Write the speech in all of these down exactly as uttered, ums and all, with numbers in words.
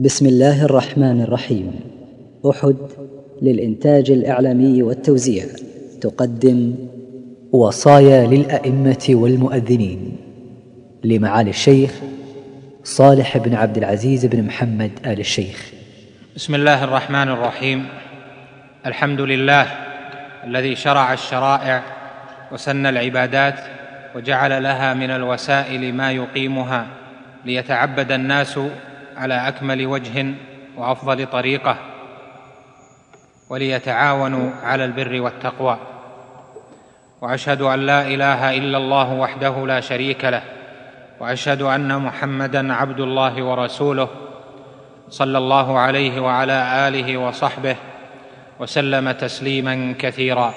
بسم الله الرحمن الرحيم. أحد للإنتاج الإعلامي والتوزيع تقدم وصايا للأئمة والمؤذنين لمعالي الشيخ صالح بن عبد العزيز بن محمد آل الشيخ. بسم الله الرحمن الرحيم. الحمد لله الذي شرع الشرائع وسن العبادات وجعل لها من الوسائل ما يقيمها ليتعبد الناس على أكمل وجه وأفضل طريقة وليتعاونوا على البر والتقوى، وأشهد أن لا إله إلا الله وحده لا شريك له، وأشهد أن محمدًا عبد الله ورسوله صلى الله عليه وعلى آله وصحبه وسلم تسليمًا كثيرا.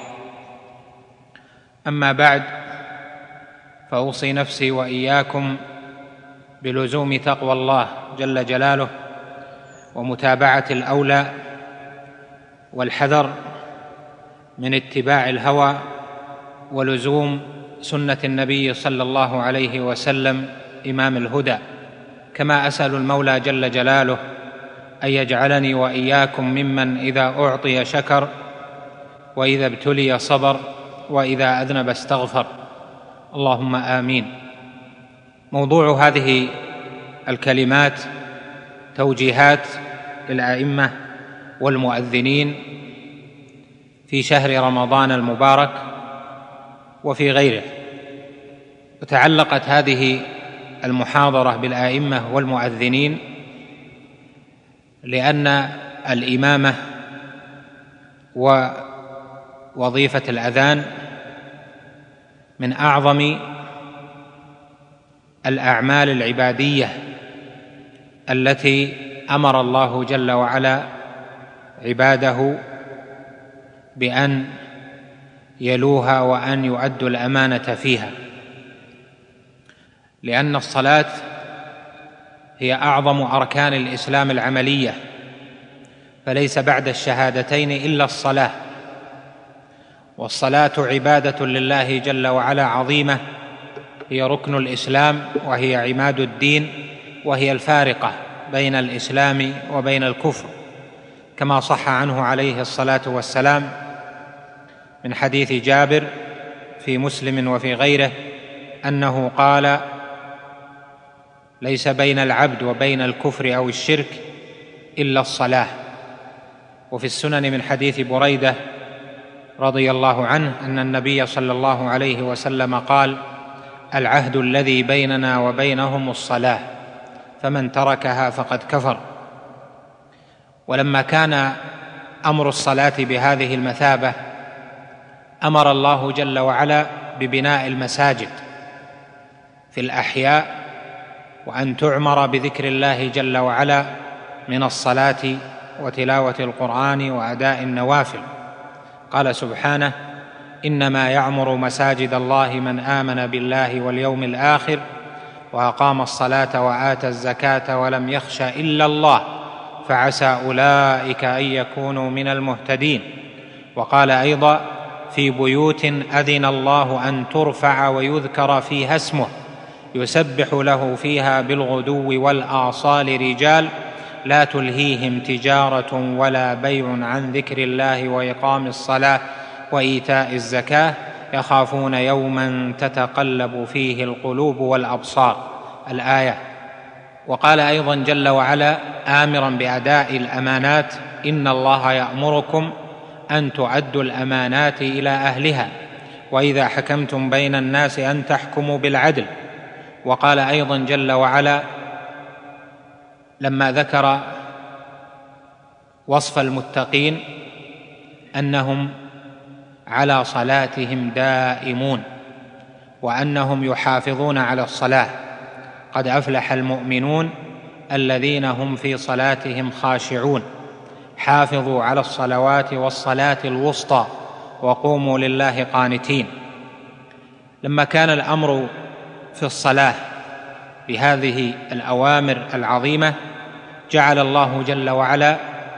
أما بعد، فأوصي نفسي وإياكم بلزوم تقوى الله جل جلاله ومتابعة الأولى والحذر من اتباع الهوى ولزوم سنة النبي صلى الله عليه وسلم إمام الهدى، كما أسأل المولى جل جلاله أن يجعلني وإياكم ممن إذا أعطي شكر وإذا ابتلي صبر وإذا أذنب استغفر، اللهم آمين. موضوع هذه الكلمات توجيهات للأئمة والمؤذنين في شهر رمضان المبارك وفي غيره. وتعلقت هذه المحاضرة بالأئمة والمؤذنين لأن الإمامة ووظيفة الأذان من أعظم الأعمال العبادية التي أمر الله جل وعلا عباده بأن يلوها وأن يؤدوا الأمانة فيها، لأن الصلاة هي أعظم أركان الإسلام العملية، فليس بعد الشهادتين إلا الصلاة، والصلاة عبادة لله جل وعلا عظيمة، هي ركن الإسلام وهي عماد الدين وهي الفارقة بين الإسلام وبين الكفر، كما صح عنه عليه الصلاة والسلام من حديث جابر في مسلم وفي غيره أنه قال: ليس بين العبد وبين الكفر أو الشرك إلا الصلاة. وفي السنن من حديث بريدة رضي الله عنه أن النبي صلى الله عليه وسلم قال: العهد الذي بيننا وبينهم الصلاة، فمن تركها فقد كفر. ولما كان أمر الصلاة بهذه المثابة أمر الله جل وعلا ببناء المساجد في الأحياء، وأن تعمر بذكر الله جل وعلا من الصلاة وتلاوة القرآن وأداء النوافل. قال سبحانه: إنما يعمر مساجد الله من آمن بالله واليوم الآخر وأقام الصلاة وآتى الزكاة ولم يخش إلا الله فعسى أولئك أن يكونوا من المهتدين. وقال أيضا: في بيوت أذن الله أن ترفع ويذكر فيها اسمه يسبح له فيها بالغدو والآصال رجال لا تلهيهم تجارة ولا بيع عن ذكر الله وإقام الصلاة وإيتاء الزكاة يخافون يوما تتقلب فيه القلوب والأبصار، الآية. وقال أيضا جل وعلا آمرا بأداء الأمانات: إن الله يأمركم أن تؤدوا الأمانات إلى أهلها وإذا حكمتم بين الناس أن تحكموا بالعدل. وقال أيضا جل وعلا لما ذكر وصف المتقين أنهم على صلاتهم دائمون وأنهم يحافظون على الصلاة: قد أفلح المؤمنون الذين هم في صلاتهم خاشعون، حافظوا على الصلوات والصلاة الوسطى وقوموا لله قانتين. لما كان الأمر في الصلاة بهذه الأوامر العظيمة جعل الله جل وعلا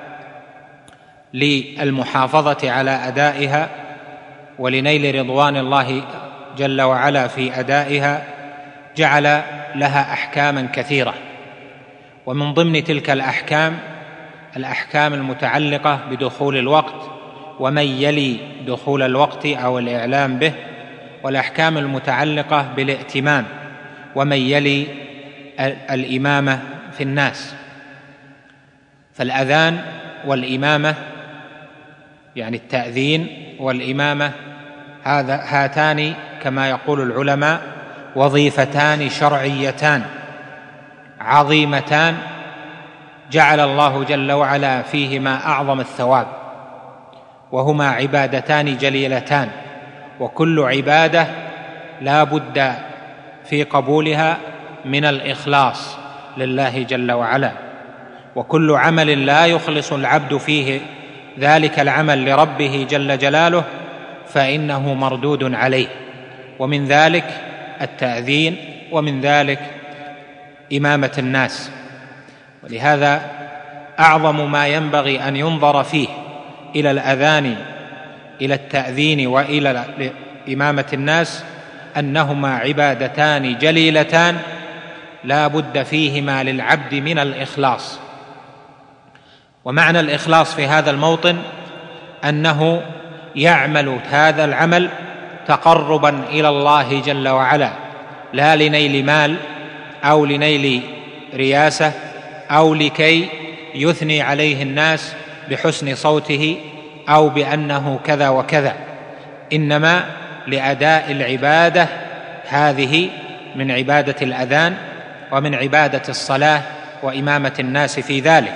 للمحافظة على أدائها ولنيل رضوان الله جل وعلا في أدائها جعل لها أحكاما كثيرة، ومن ضمن تلك الأحكام الأحكام المتعلقة بدخول الوقت ومن يلي دخول الوقت أو الإعلام به، والأحكام المتعلقة بالائتمام ومن يلي الإمامة في الناس. فالأذان والإمامة، يعني التأذين والإمامة، هذا هاتان كما يقول العلماء وظيفتان شرعيتان عظيمتان جعل الله جل وعلا فيهما أعظم الثواب، وهما عبادتان جليلتان، وكل عبادة لا بد في قبولها من الإخلاص لله جل وعلا، وكل عمل لا يخلص العبد فيه ذلك العمل لربه جل جلاله فإنه مردود عليه، ومن ذلك التأذين ومن ذلك إمامة الناس. ولهذا أعظم ما ينبغي أن ينظر فيه إلى الأذان إلى التأذين وإلى إمامة الناس أنهما عبادتان جليلتان لا بد فيهما للعبد من الإخلاص. ومعنى الإخلاص في هذا الموطن أنه يعمل هذا العمل تقربا إلى الله جل وعلا، لا لنيل مال أو لنيل رياسة أو لكي يثني عليه الناس بحسن صوته أو بأنه كذا وكذا، إنما لأداء العبادة هذه من عبادة الأذان ومن عبادة الصلاة وإمامة الناس في ذلك.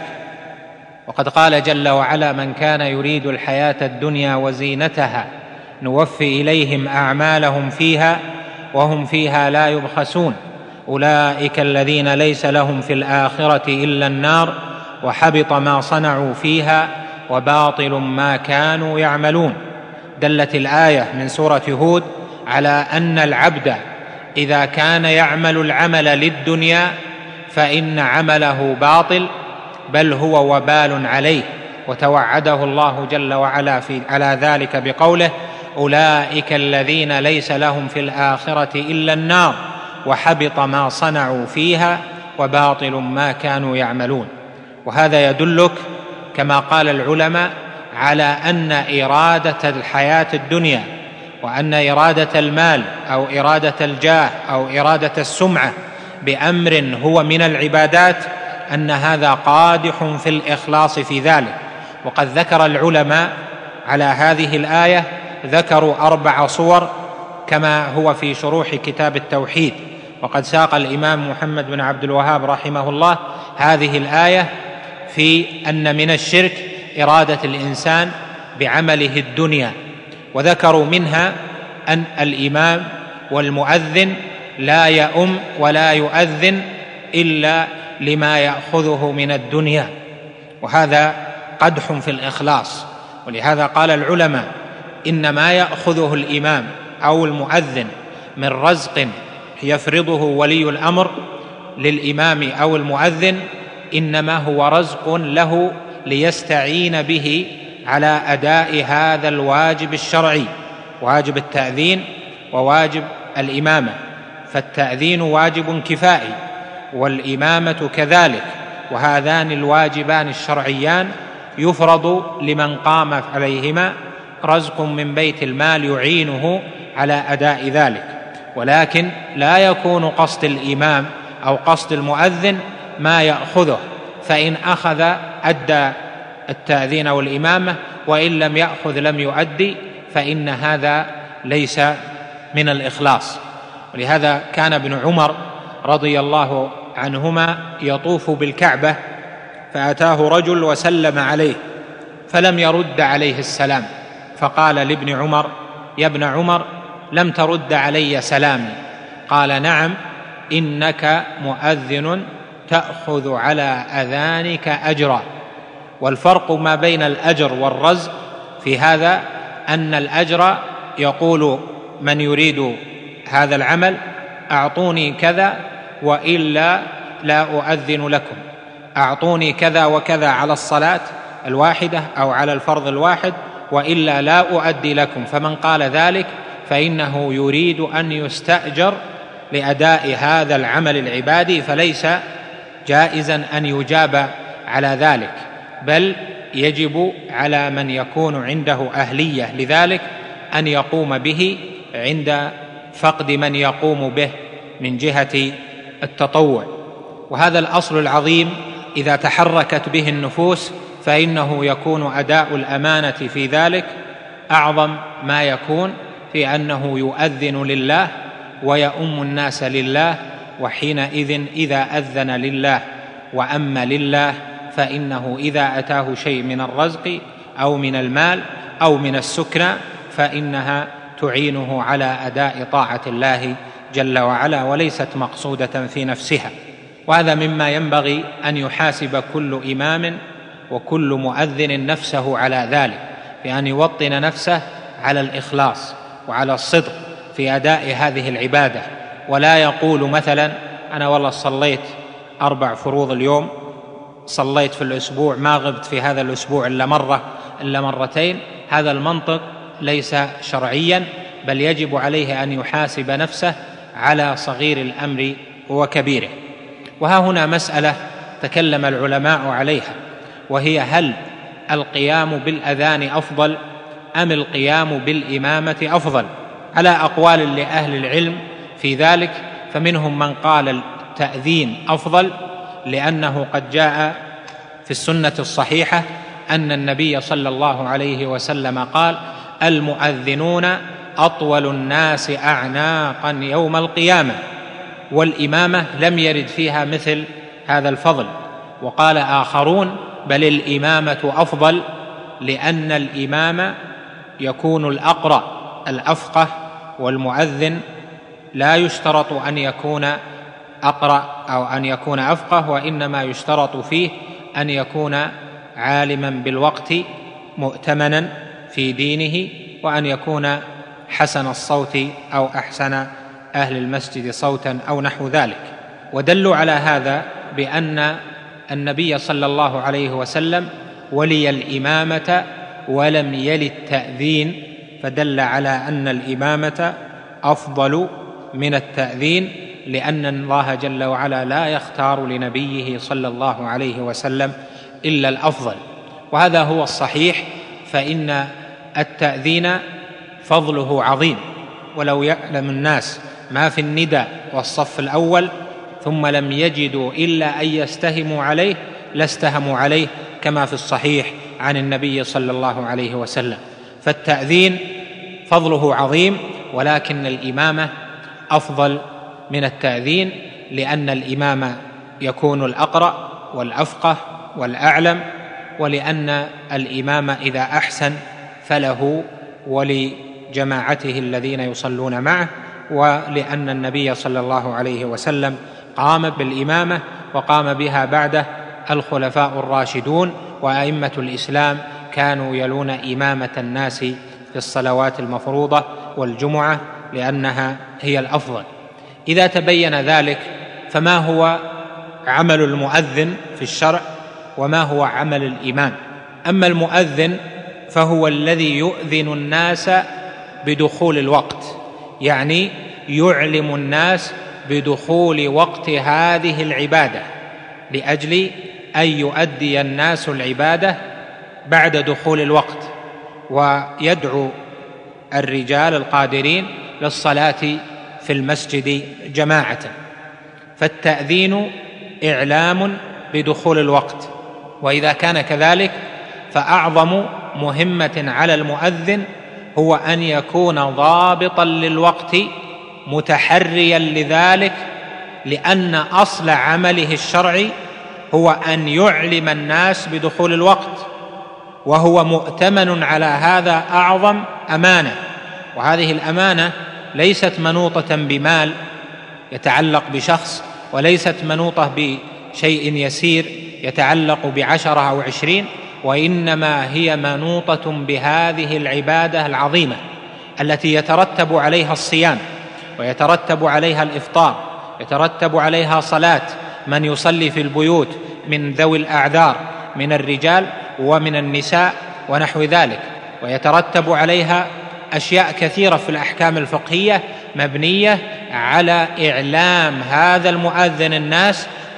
وقد قال جل وعلا: من كان يريد الحياة الدنيا وزينتها نوفي إليهم أعمالهم فيها وهم فيها لا يبخسون أولئك الذين ليس لهم في الآخرة إلا النار وحبط ما صنعوا فيها وباطل ما كانوا يعملون. دلت الآية من سورة هود على أن العبد إذا كان يعمل العمل للدنيا فإن عمله باطل، بل هو وبال عليه، وتوعده الله جل وعلا في على ذلك بقوله: أولئك الذين ليس لهم في الآخرة إلا النار وحبط ما صنعوا فيها وباطل ما كانوا يعملون. وهذا يدلك كما قال العلماء على أن إرادة الحياة الدنيا وأن إرادة المال أو إرادة الجاه أو إرادة السمعة بأمر هو من العبادات أن هذا قادح في الإخلاص في ذلك. وقد ذكر العلماء على هذه الآية ذكروا أربع صور كما هو في شروح كتاب التوحيد. وقد ساق الإمام محمد بن عبد الوهاب رحمه الله هذه الآية في أن من الشرك إرادة الإنسان بعمله الدنيا، وذكروا منها أن الإمام والمؤذن لا يؤم ولا يؤذن إلا لما يأخذه من الدنيا، وهذا قدح في الإخلاص. ولهذا قال العلماء إن ما يأخذه الإمام أو المؤذن من رزق يفرضه ولي الأمر للإمام أو المؤذن إنما هو رزق له ليستعين به على أداء هذا الواجب الشرعي، واجب التأذين وواجب الإمامة. فالتأذين واجب كفائي والإمامة كذلك، وهذان الواجبان الشرعيان يفرض لمن قام عليهما رزق من بيت المال يعينه على أداء ذلك. ولكن لا يكون قصد الإمام أو قصد المؤذن ما يأخذه، فإن أخذ أدى التأذين والإمامة، وإن لم يأخذ لم يؤدي، فإن هذا ليس من الإخلاص. ولهذا كان ابن عمر رضي الله عنهما يطوف بالكعبة فأتاه رجل وسلم عليه فلم يرد عليه السلام، فقال لابن عمر: يا ابن عمر لم ترد علي سلامي. قال: نعم، إنك مؤذن تأخذ على أذانك أجرا. والفرق ما بين الأجر والرزق في هذا أن الأجر يقول من يريد هذا العمل: أعطوني كذا وإلا لا أؤذن لكم، أعطوني كذا وكذا على الصلاة الواحدة أو على الفرض الواحد وإلا لا أؤدي لكم. فمن قال ذلك فإنه يريد أن يستأجر لأداء هذا العمل العبادي، فليس جائزا أن يجاب على ذلك، بل يجب على من يكون عنده أهلية لذلك أن يقوم به عند فقد من يقوم به من جهة التطوع. وهذا الأصل العظيم إذا تحركت به النفوس فإنه يكون أداء الأمانة في ذلك أعظم ما يكون، في أنه يؤذن لله ويؤم الناس لله، وحينئذ إذا أذن لله وأم لله فإنه إذا أتاه شيء من الرزق أو من المال أو من السكنى فإنها تعينه على أداء طاعة الله جل وعلا، وليست مقصودة في نفسها. وهذا مما ينبغي أن يحاسب كل إمام وكل مؤذن نفسه على ذلك، بأن يوطن نفسه على الإخلاص وعلى الصدق في أداء هذه العبادة، ولا يقول مثلا أنا والله صليت أربع فروض اليوم، صليت في الأسبوع، ما غبت في هذا الأسبوع إلا مرة إلا مرتين. هذا المنطق ليس شرعيا، بل يجب عليه أن يحاسب نفسه على صغير الأمر وكبيره. وها هنا مسألة تكلم العلماء عليها، وهي هل القيام بالأذان أفضل أم القيام بالإمامة أفضل؟ على أقوال لأهل العلم في ذلك، فمنهم من قال التأذين أفضل لأنه قد جاء في السنة الصحيحة أن النبي صلى الله عليه وسلم قال: المؤذنون أطول الناس أعناقا يوم القيامة. والإمامة لم يرد فيها مثل هذا الفضل. وقال آخرون: بل الإمامة أفضل، لأن الإمام يكون الأقرأ الأفقه، والمؤذن لا يشترط أن يكون أقرأ أو أن يكون أفقه، وإنما يشترط فيه أن يكون عالما بالوقت مؤتمنا في دينه، وأن يكون حسن الصوت أو أحسن أهل المسجد صوتا أو نحو ذلك. ودلوا على هذا بأن النبي صلى الله عليه وسلم ولي الإمامة ولم يل التأذين، فدل على أن الإمامة أفضل من التأذين، لأن الله جل وعلا لا يختار لنبيه صلى الله عليه وسلم إلا الأفضل. وهذا هو الصحيح، فإن التأذين فضله عظيم، ولو يعلم الناس ما في النداء والصف الأول ثم لم يجدوا إلا أن يستهموا عليه لاستهموا عليه، كما في الصحيح عن النبي صلى الله عليه وسلم. فالتأذين فضله عظيم، ولكن الإمامة أفضل من التأذين، لأن الإمام يكون الأقرأ والأفقه والأعلم، ولأن الإمام إذا أحسن فله ولجماعته الذين يصلون معه، ولأن النبي صلى الله عليه وسلم قام بالإمامة وقام بها بعده الخلفاء الراشدون وأئمة الإسلام، كانوا يلون إمامة الناس في الصلوات المفروضة والجمعة لأنها هي الأفضل. إذا تبين ذلك، فما هو عمل المؤذن في الشرع وما هو عمل الإمام؟ أما المؤذن فهو الذي يؤذن الناس بدخول الوقت، يعني يعلم الناس بدخول وقت هذه العبادة، لأجل أن يؤدي الناس العبادة بعد دخول الوقت، ويدعو الرجال القادرين للصلاة في المسجد جماعة. فالتأذين إعلام بدخول الوقت، وإذا كان كذلك فأعظم مهمة على المؤذن هو أن يكون ضابطا للوقت متحريا لذلك، لأن أصل عمله الشرعي هو أن يعلم الناس بدخول الوقت، وهو مؤتمن على هذا أعظم أمانة. وهذه الأمانة ليست منوطة بمال يتعلق بشخص، وليست منوطة بشيء يسير يتعلق بعشرة أو عشرين، وإنما هي منوطة بهذه العبادة العظيمة التي يترتب عليها الصيام، ويترتب عليها الإفطار، يترتب عليها صلاة من يصلي في البيوت من ذوي الأعذار من الرجال ومن النساء ونحو ذلك، ويترتب عليها أشياء كثيرة في الأحكام الفقهية مبنية على إعلام هذا المؤذن الناس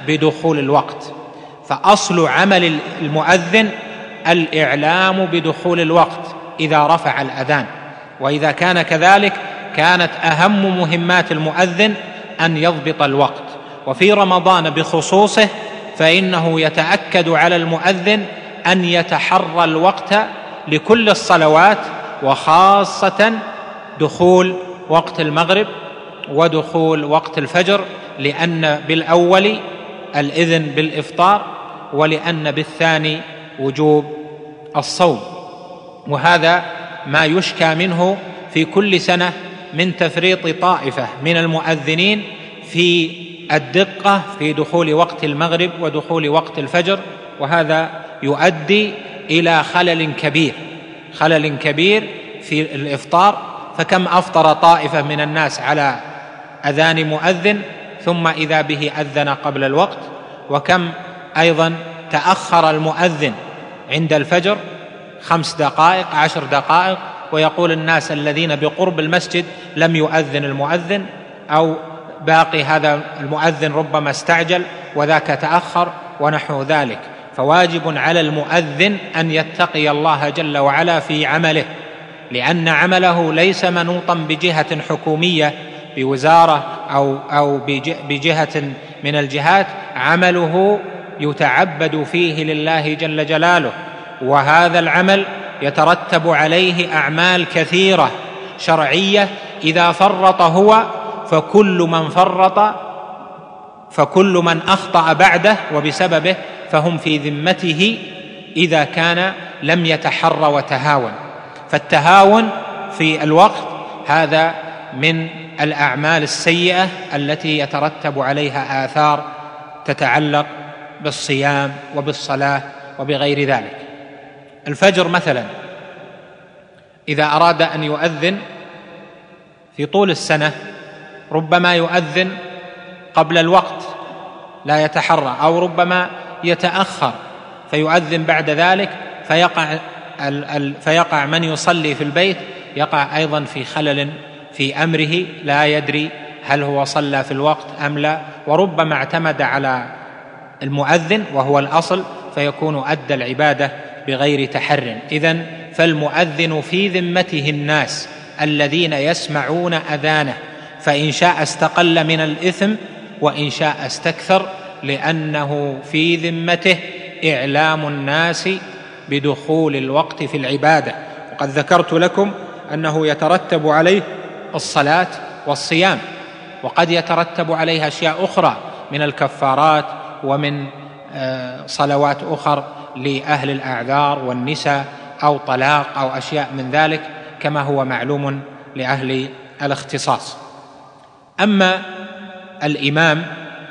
بدخول الوقت. فأصل عمل المؤذن الإعلام بدخول الوقت إذا رفع الأذان، وإذا كان كذلك كانت أهم مهمات المؤذن أن يضبط الوقت. وفي رمضان بخصوصه فإنه يتأكد على المؤذن أن يتحرى الوقت لكل الصلوات، وخاصة دخول وقت المغرب ودخول وقت الفجر، لأن بالأول الإذن بالإفطار، ولأن بالثاني وجوب الصوم. وهذا ما يشكى منه في كل سنة من تفريط طائفة من المؤذنين في الدقة في دخول وقت المغرب ودخول وقت الفجر، وهذا يؤدي إلى خلل كبير خلل كبير في الإفطار. فكم أفطر طائفة من الناس على أذان مؤذن ثم إذا به أذن قبل الوقت، وكم أيضا تأخر المؤذن عند الفجر خمس دقائق عشر دقائق، ويقول الناس الذين بقرب المسجد لم يؤذن المؤذن، أو باقي هذا المؤذن ربما استعجل وذاك تأخر ونحو ذلك. فواجب على المؤذن أن يتقي الله جل وعلا في عمله، لأن عمله ليس منوطا بجهة حكومية بوزارة أو, أو بجهة من الجهات، عمله يتعبد فيه لله جل جلاله، وهذا العمل يترتب عليه أعمال كثيرة شرعية. إذا فرط هو فكل من فرط فكل من أخطأ بعده وبسببه فهم في ذمته إذا كان لم يتحرى وتهاون. فالتهاون في الوقت هذا من الأعمال السيئة التي يترتب عليها آثار تتعلق بالصيام وبالصلاة وبغير ذلك. الفجر مثلا إذا أراد أن يؤذن في طول السنة ربما يؤذن قبل الوقت لا يتحرى، أو ربما يتأخر فيؤذن بعد ذلك، فيقع, فيقع من يصلي في البيت يقع أيضا في خلل في أمره، لا يدري هل هو صلى في الوقت أم لا، وربما اعتمد على المؤذن وهو الأصل فيكون أدى العبادة بغير تحر. إذن فالمؤذن في ذمته الناس الذين يسمعون أذانه، فإن شاء استقل من الإثم وإن شاء استكثر، لأنه في ذمته إعلام الناس بدخول الوقت في العبادة. وقد ذكرت لكم أنه يترتب عليه الصلاة والصيام، وقد يترتب عليها أشياء أخرى من الكفارات ومن صلوات أخرى لأهل الأعذار والنساء أو طلاق أو أشياء من ذلك كما هو معلوم لأهل الاختصاص. أما الإمام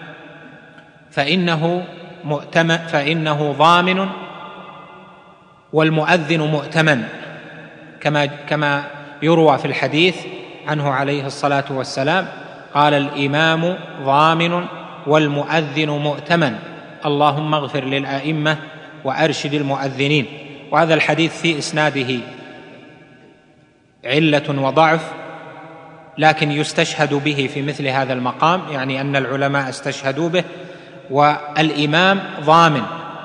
فإنه مؤتمن فإنه ضامن والمؤذن مؤتمن، كما كما يروى في الحديث عنه عليه الصلاة والسلام قال: الإمام ضامن والمؤذن مؤتمن، اللهم اغفر للأئمة وأرشد المؤذنين. وهذا الحديث في إسناده علة وضعف، لكن يستشهد به في مثل هذا المقام، يعني أن العلماء استشهدوا به. والإمام ضامن،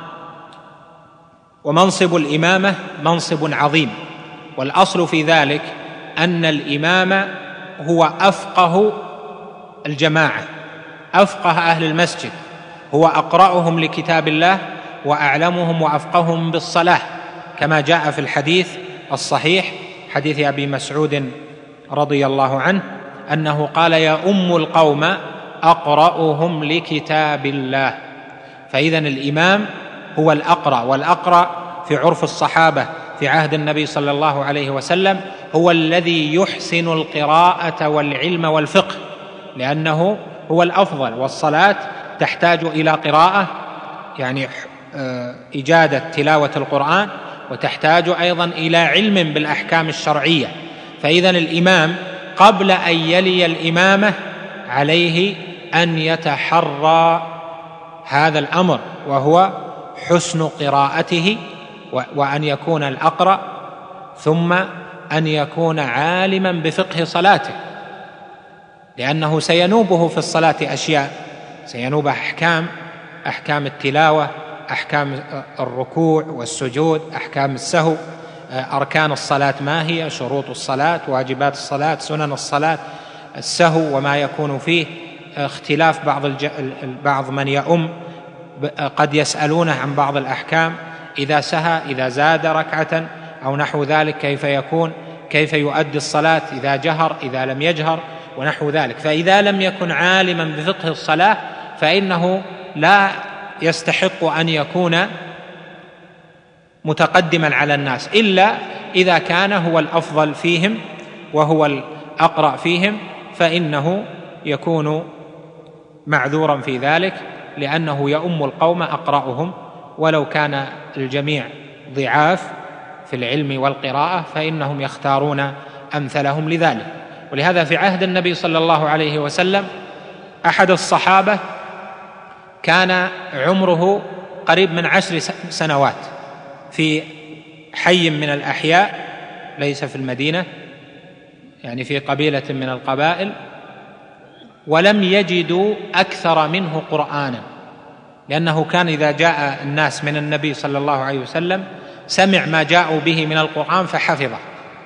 ومنصب الإمامة منصب عظيم، والأصل في ذلك أن الإمام هو أفقه الجماعة، أفقه أهل المسجد، هو أقرأهم لكتاب الله وأعلمهم وأفقههم بالصلاة، كما جاء في الحديث الصحيح حديث أبي مسعود رضي الله عنه أنه قال: يا أم القوم أقرأهم لكتاب الله. فإذن الإمام هو الأقرأ، والأقرأ في عرف الصحابة في عهد النبي صلى الله عليه وسلم هو الذي يحسن القراءة والعلم والفقه، لأنه هو الأفضل. والصلاة تحتاج إلى قراءة، يعني إجادة تلاوة القرآن، وتحتاج أيضا إلى علم بالأحكام الشرعية. فإذن الإمام قبل أن يلي الإمامة عليه أن يتحرى هذا الأمر، وهو حسن قراءته، وأن يكون الأقرأ، ثم أن يكون عالما بفقه صلاته، لأنه سينوبه في الصلاة أشياء، سينوب أحكام أحكام التلاوة، أحكام الركوع والسجود، أحكام السهو، أركان الصلاة ما هي، شروط الصلاة، واجبات الصلاة، سنن الصلاة، السهو وما يكون فيه، اختلاف بعض الج... بعض من يؤم قد يسألونه عن بعض الأحكام، إذا سهى، إذا زاد ركعة أو نحو ذلك كيف يكون، كيف يؤدي الصلاة، إذا جهر، إذا لم يجهر ونحو ذلك. فإذا لم يكن عالما بفقه الصلاة فإنه لا يستحق أن يكون متقدما على الناس، إلا إذا كان هو الأفضل فيهم وهو الأقرأ فيهم، فإنه يكون معذورا في ذلك، لأنه يؤم القوم أقرأهم، ولو كان الجميع ضعاف في العلم والقراءة فإنهم يختارون أمثلهم لذلك. ولهذا في عهد النبي صلى الله عليه وسلم أحد الصحابة كان عمره قريب من عشر سنوات في حي من الأحياء، ليس في المدينة، يعني في قبيلة من القبائل، ولم يجدوا أكثر منه قرآنا، لأنه كان إذا جاء الناس من النبي صلى الله عليه وسلم سمع ما جاءوا به من القرآن فحفظه،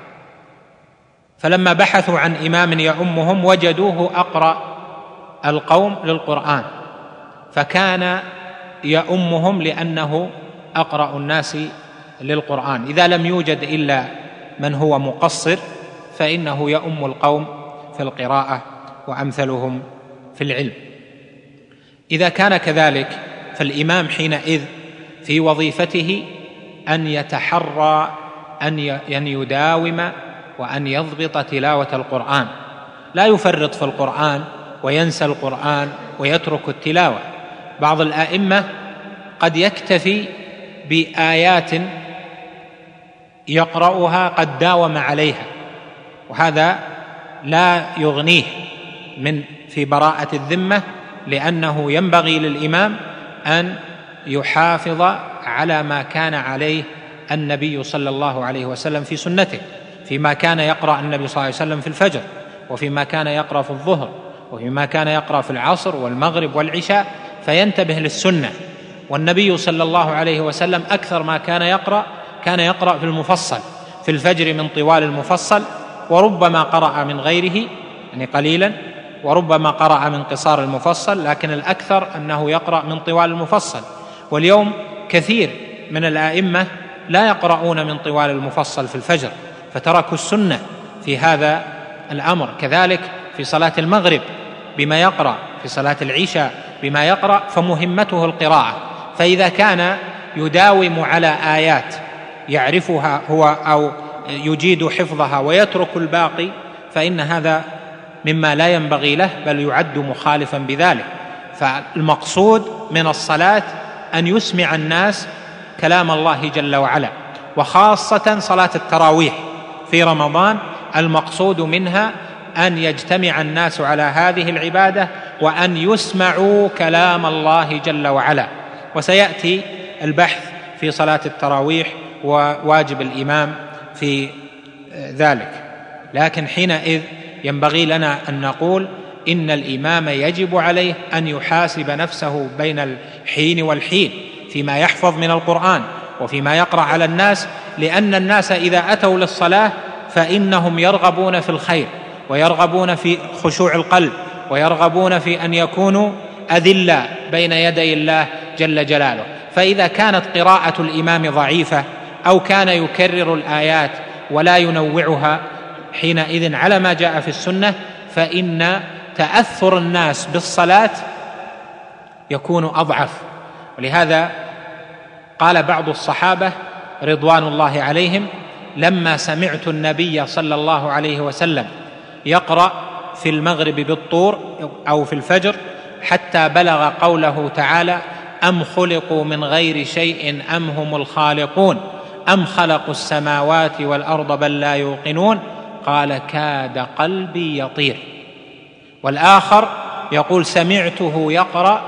فلما بحثوا عن إمام يؤمهم وجدوه أقرأ القوم للقرآن، فكان يؤمهم لأنه أقرأ الناس للقرآن. إذا لم يوجد إلا من هو مقصر فإنه يؤم القوم في القراءة وأمثلهم في العلم. إذا كان كذلك فالإمام حينئذ في وظيفته أن يتحرى أن يداوم وأن يضبط تلاوة القرآن، لا يفرط في القرآن وينسى القرآن ويترك التلاوة. بعض الآئمة قد يكتفي بآيات يقرأها قد داوم عليها، وهذا لا يغنيه من في براءة الذمة، لأنه ينبغي للإمام أن يحافظ على ما كان عليه النبي صلى الله عليه وسلم في سنته، فيما كان يقرأ النبي صلى الله عليه وسلم في الفجر، وفيما كان يقرأ في الظهر، وفيما كان يقرأ في العصر والمغرب والعشاء، فينتبه للسنة. والنبي صلى الله عليه وسلم أكثر ما كان يقرأ كان يقرأ في المفصل، في الفجر من طوال المفصل، وربما قرأ من غيره يعني قليلا، وربما قرأ من قصار المفصل، لكن الأكثر أنه يقرأ من طوال المفصل. واليوم كثير من الآئمة لا يقرؤون من طوال المفصل في الفجر، فتركوا السنة في هذا الأمر. كذلك في صلاة المغرب بما يقرأ، في صلاة العشاء بما يقرأ، فمهمته القراءة. فإذا كان يداوم على آيات يعرفها هو أو يجيد حفظها ويترك الباقي، فإن هذا مما لا ينبغي له، بل يعد مخالفا بذلك. فالمقصود من الصلاة أن يسمع الناس كلام الله جل وعلا، وخاصة صلاة التراويح في رمضان المقصود منها أن يجتمع الناس على هذه العبادة وأن يسمعوا كلام الله جل وعلا. وسيأتي البحث في صلاة التراويح وواجب الإمام في ذلك، لكن حينئذ ينبغي لنا أن نقول إن الإمام يجب عليه أن يحاسب نفسه بين الحين والحين فيما يحفظ من القرآن وفيما يقرأ على الناس، لأن الناس إذا أتوا للصلاة فإنهم يرغبون في الخير، ويرغبون في خشوع القلب، ويرغبون في أن يكونوا أذلاء بين يدي الله جل جلاله. فإذا كانت قراءة الإمام ضعيفة أو كان يكرر الآيات ولا ينوعها حينئذ على ما جاء في السنة، فإن تأثر الناس بالصلاة يكون أضعف. ولهذا قال بعض الصحابة رضوان الله عليهم: لما سمعت النبي صلى الله عليه وسلم يقرأ في المغرب بالطور أو في الفجر حتى بلغ قوله تعالى: أم خلقوا من غير شيء أم هم الخالقون أم خلقوا السماوات والأرض بل لا يوقنون، قال: كاد قلبي يطير. والآخر يقول: سمعته يقرأ: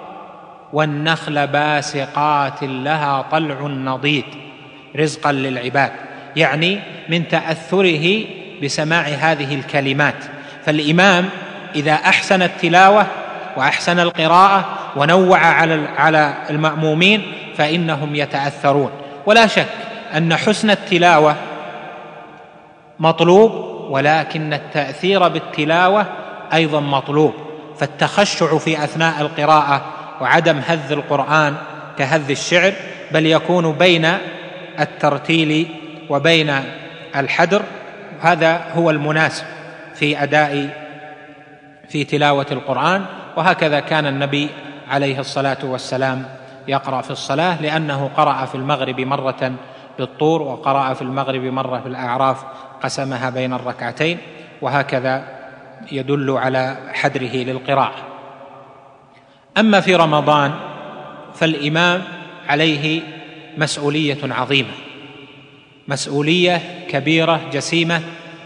والنخل باسقات لها طلع نضيد رزقا للعباد، يعني من تأثره بسماع هذه الكلمات. فالإمام إذا أحسن التلاوة وأحسن القراءة ونوع على على المأمومين فإنهم يتأثرون. ولا شك أن حسن التلاوة مطلوب، ولكن التأثير بالتلاوة أيضا مطلوب، فالتخشع في أثناء القراءة وعدم هذ القرآن كهذ الشعر، بل يكون بين الترتيل وبين الحدر، هذا هو المناسب في أداء في تلاوة القرآن. وهكذا كان النبي عليه الصلاة والسلام يقرأ في الصلاة، لأنه قرأ في المغرب مرة بالطور، وقرأ في المغرب مرة في الأعراف قسمها بين الركعتين، وهكذا يدل على حدره للقراءة. أما في رمضان فالإمام عليه مسؤولية عظيمة، مسؤولية كبيرة جسيمة.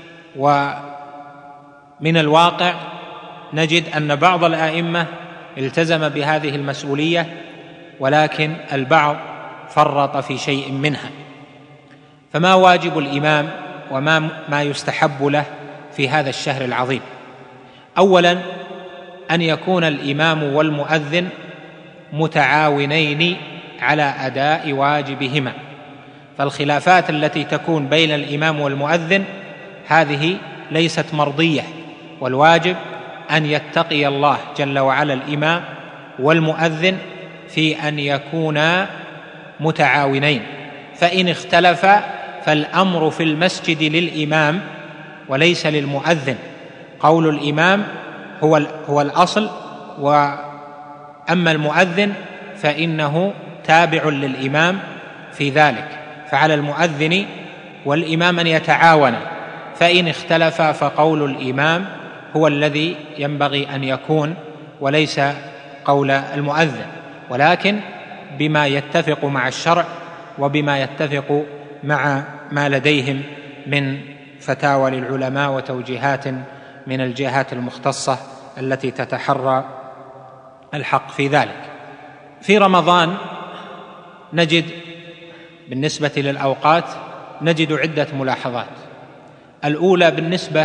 ومن الواقع نجد أن بعض الآئمة التزم بهذه المسؤولية، ولكن البعض فرط في شيء منها. فما واجب الإمام وما ما يستحب له في هذا الشهر العظيم؟ أولا أن يكون الإمام والمؤذن متعاونين على أداء واجبهما، فالخلافات التي تكون بين الإمام والمؤذن هذه ليست مرضية، والواجب أن يتقي الله جل وعلا الإمام والمؤذن في أن يكونا متعاونين، فإن اختلفا فالأمر في المسجد للإمام وليس للمؤذن. قول الإمام هو هو الأصل، وأما المؤذن فإنه تابع للإمام في ذلك، فعلى المؤذن والإمام أن يتعاونا، فإن اختلفا فقول الإمام هو الذي ينبغي أن يكون وليس قول المؤذن، ولكن بما يتفق مع الشرع وبما يتفق مع ما لديهم من فتاوى للعلماء وتوجيهات من الجهات المختصة التي تتحرى الحق في ذلك. في رمضان نجد بالنسبة للأوقات نجد عدة ملاحظات. الأولى بالنسبة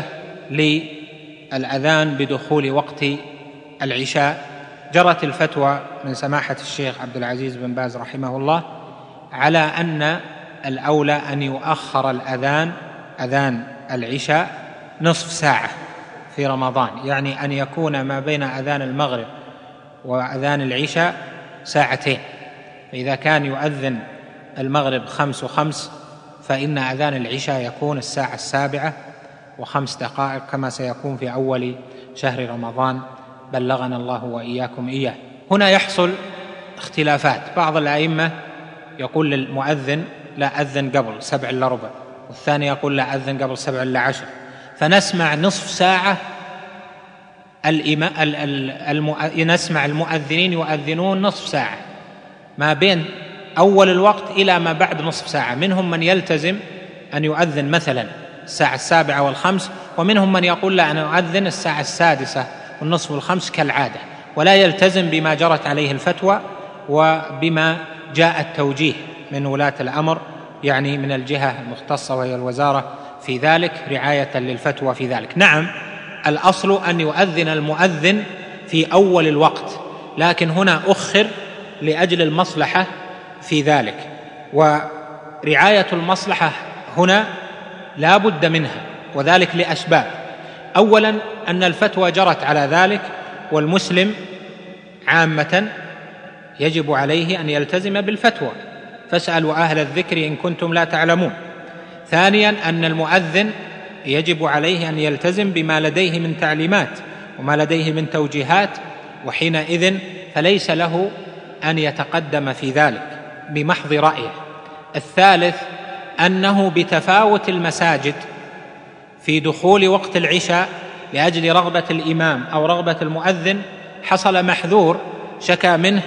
للأذان بدخول وقت العشاء، جرت الفتوى من سماحة الشيخ عبد العزيز بن باز رحمه الله على أن الأولى أن يؤخر الأذان أذان العشاء نصف ساعة في رمضان، يعني أن يكون ما بين أذان المغرب وأذان العشاء ساعتين. فإذا كان يؤذن المغرب خمس وخمس فإن أذان العشاء يكون الساعة السابعة وخمس دقائق كما سيكون في أول شهر رمضان، بلغنا الله وإياكم إياه. هنا يحصل اختلافات، بعض الأئمة يقول للمؤذن لا أذن قبل سبع إلا ربع، والثاني يقول لا أذن قبل سبع إلا عشر، فنسمع نصف ساعة الإما... الم... نسمع المؤذنين يؤذنون نصف ساعة ما بين أول الوقت إلى ما بعد نصف ساعة. منهم من يلتزم أن يؤذن مثلا الساعة السابعة والخمس، ومنهم من يقول لا أنا أؤذن الساعة السادسة والنصف والخمس كالعادة، ولا يلتزم بما جرت عليه الفتوى وبما جاء التوجيه من ولاة الأمر، يعني من الجهة المختصة وهي الوزارة في ذلك، رعاية للفتوى في ذلك. نعم الأصل أن يؤذن المؤذن في أول الوقت، لكن هنا أخر لأجل المصلحة في ذلك، ورعاية المصلحة هنا لا بد منها، وذلك لأسباب. أولا أن الفتوى جرت على ذلك، والمسلم عامة يجب عليه أن يلتزم بالفتوى، فاسألوا أهل الذكر إن كنتم لا تعلمون. ثانيا أن المؤذن يجب عليه أن يلتزم بما لديه من تعليمات وما لديه من توجيهات، وحينئذ فليس له أن يتقدم في ذلك بمحض رأيه. الثالث أنه بتفاوت المساجد في دخول وقت العشاء لأجل رغبة الإمام أو رغبة المؤذن حصل محذور شكى منه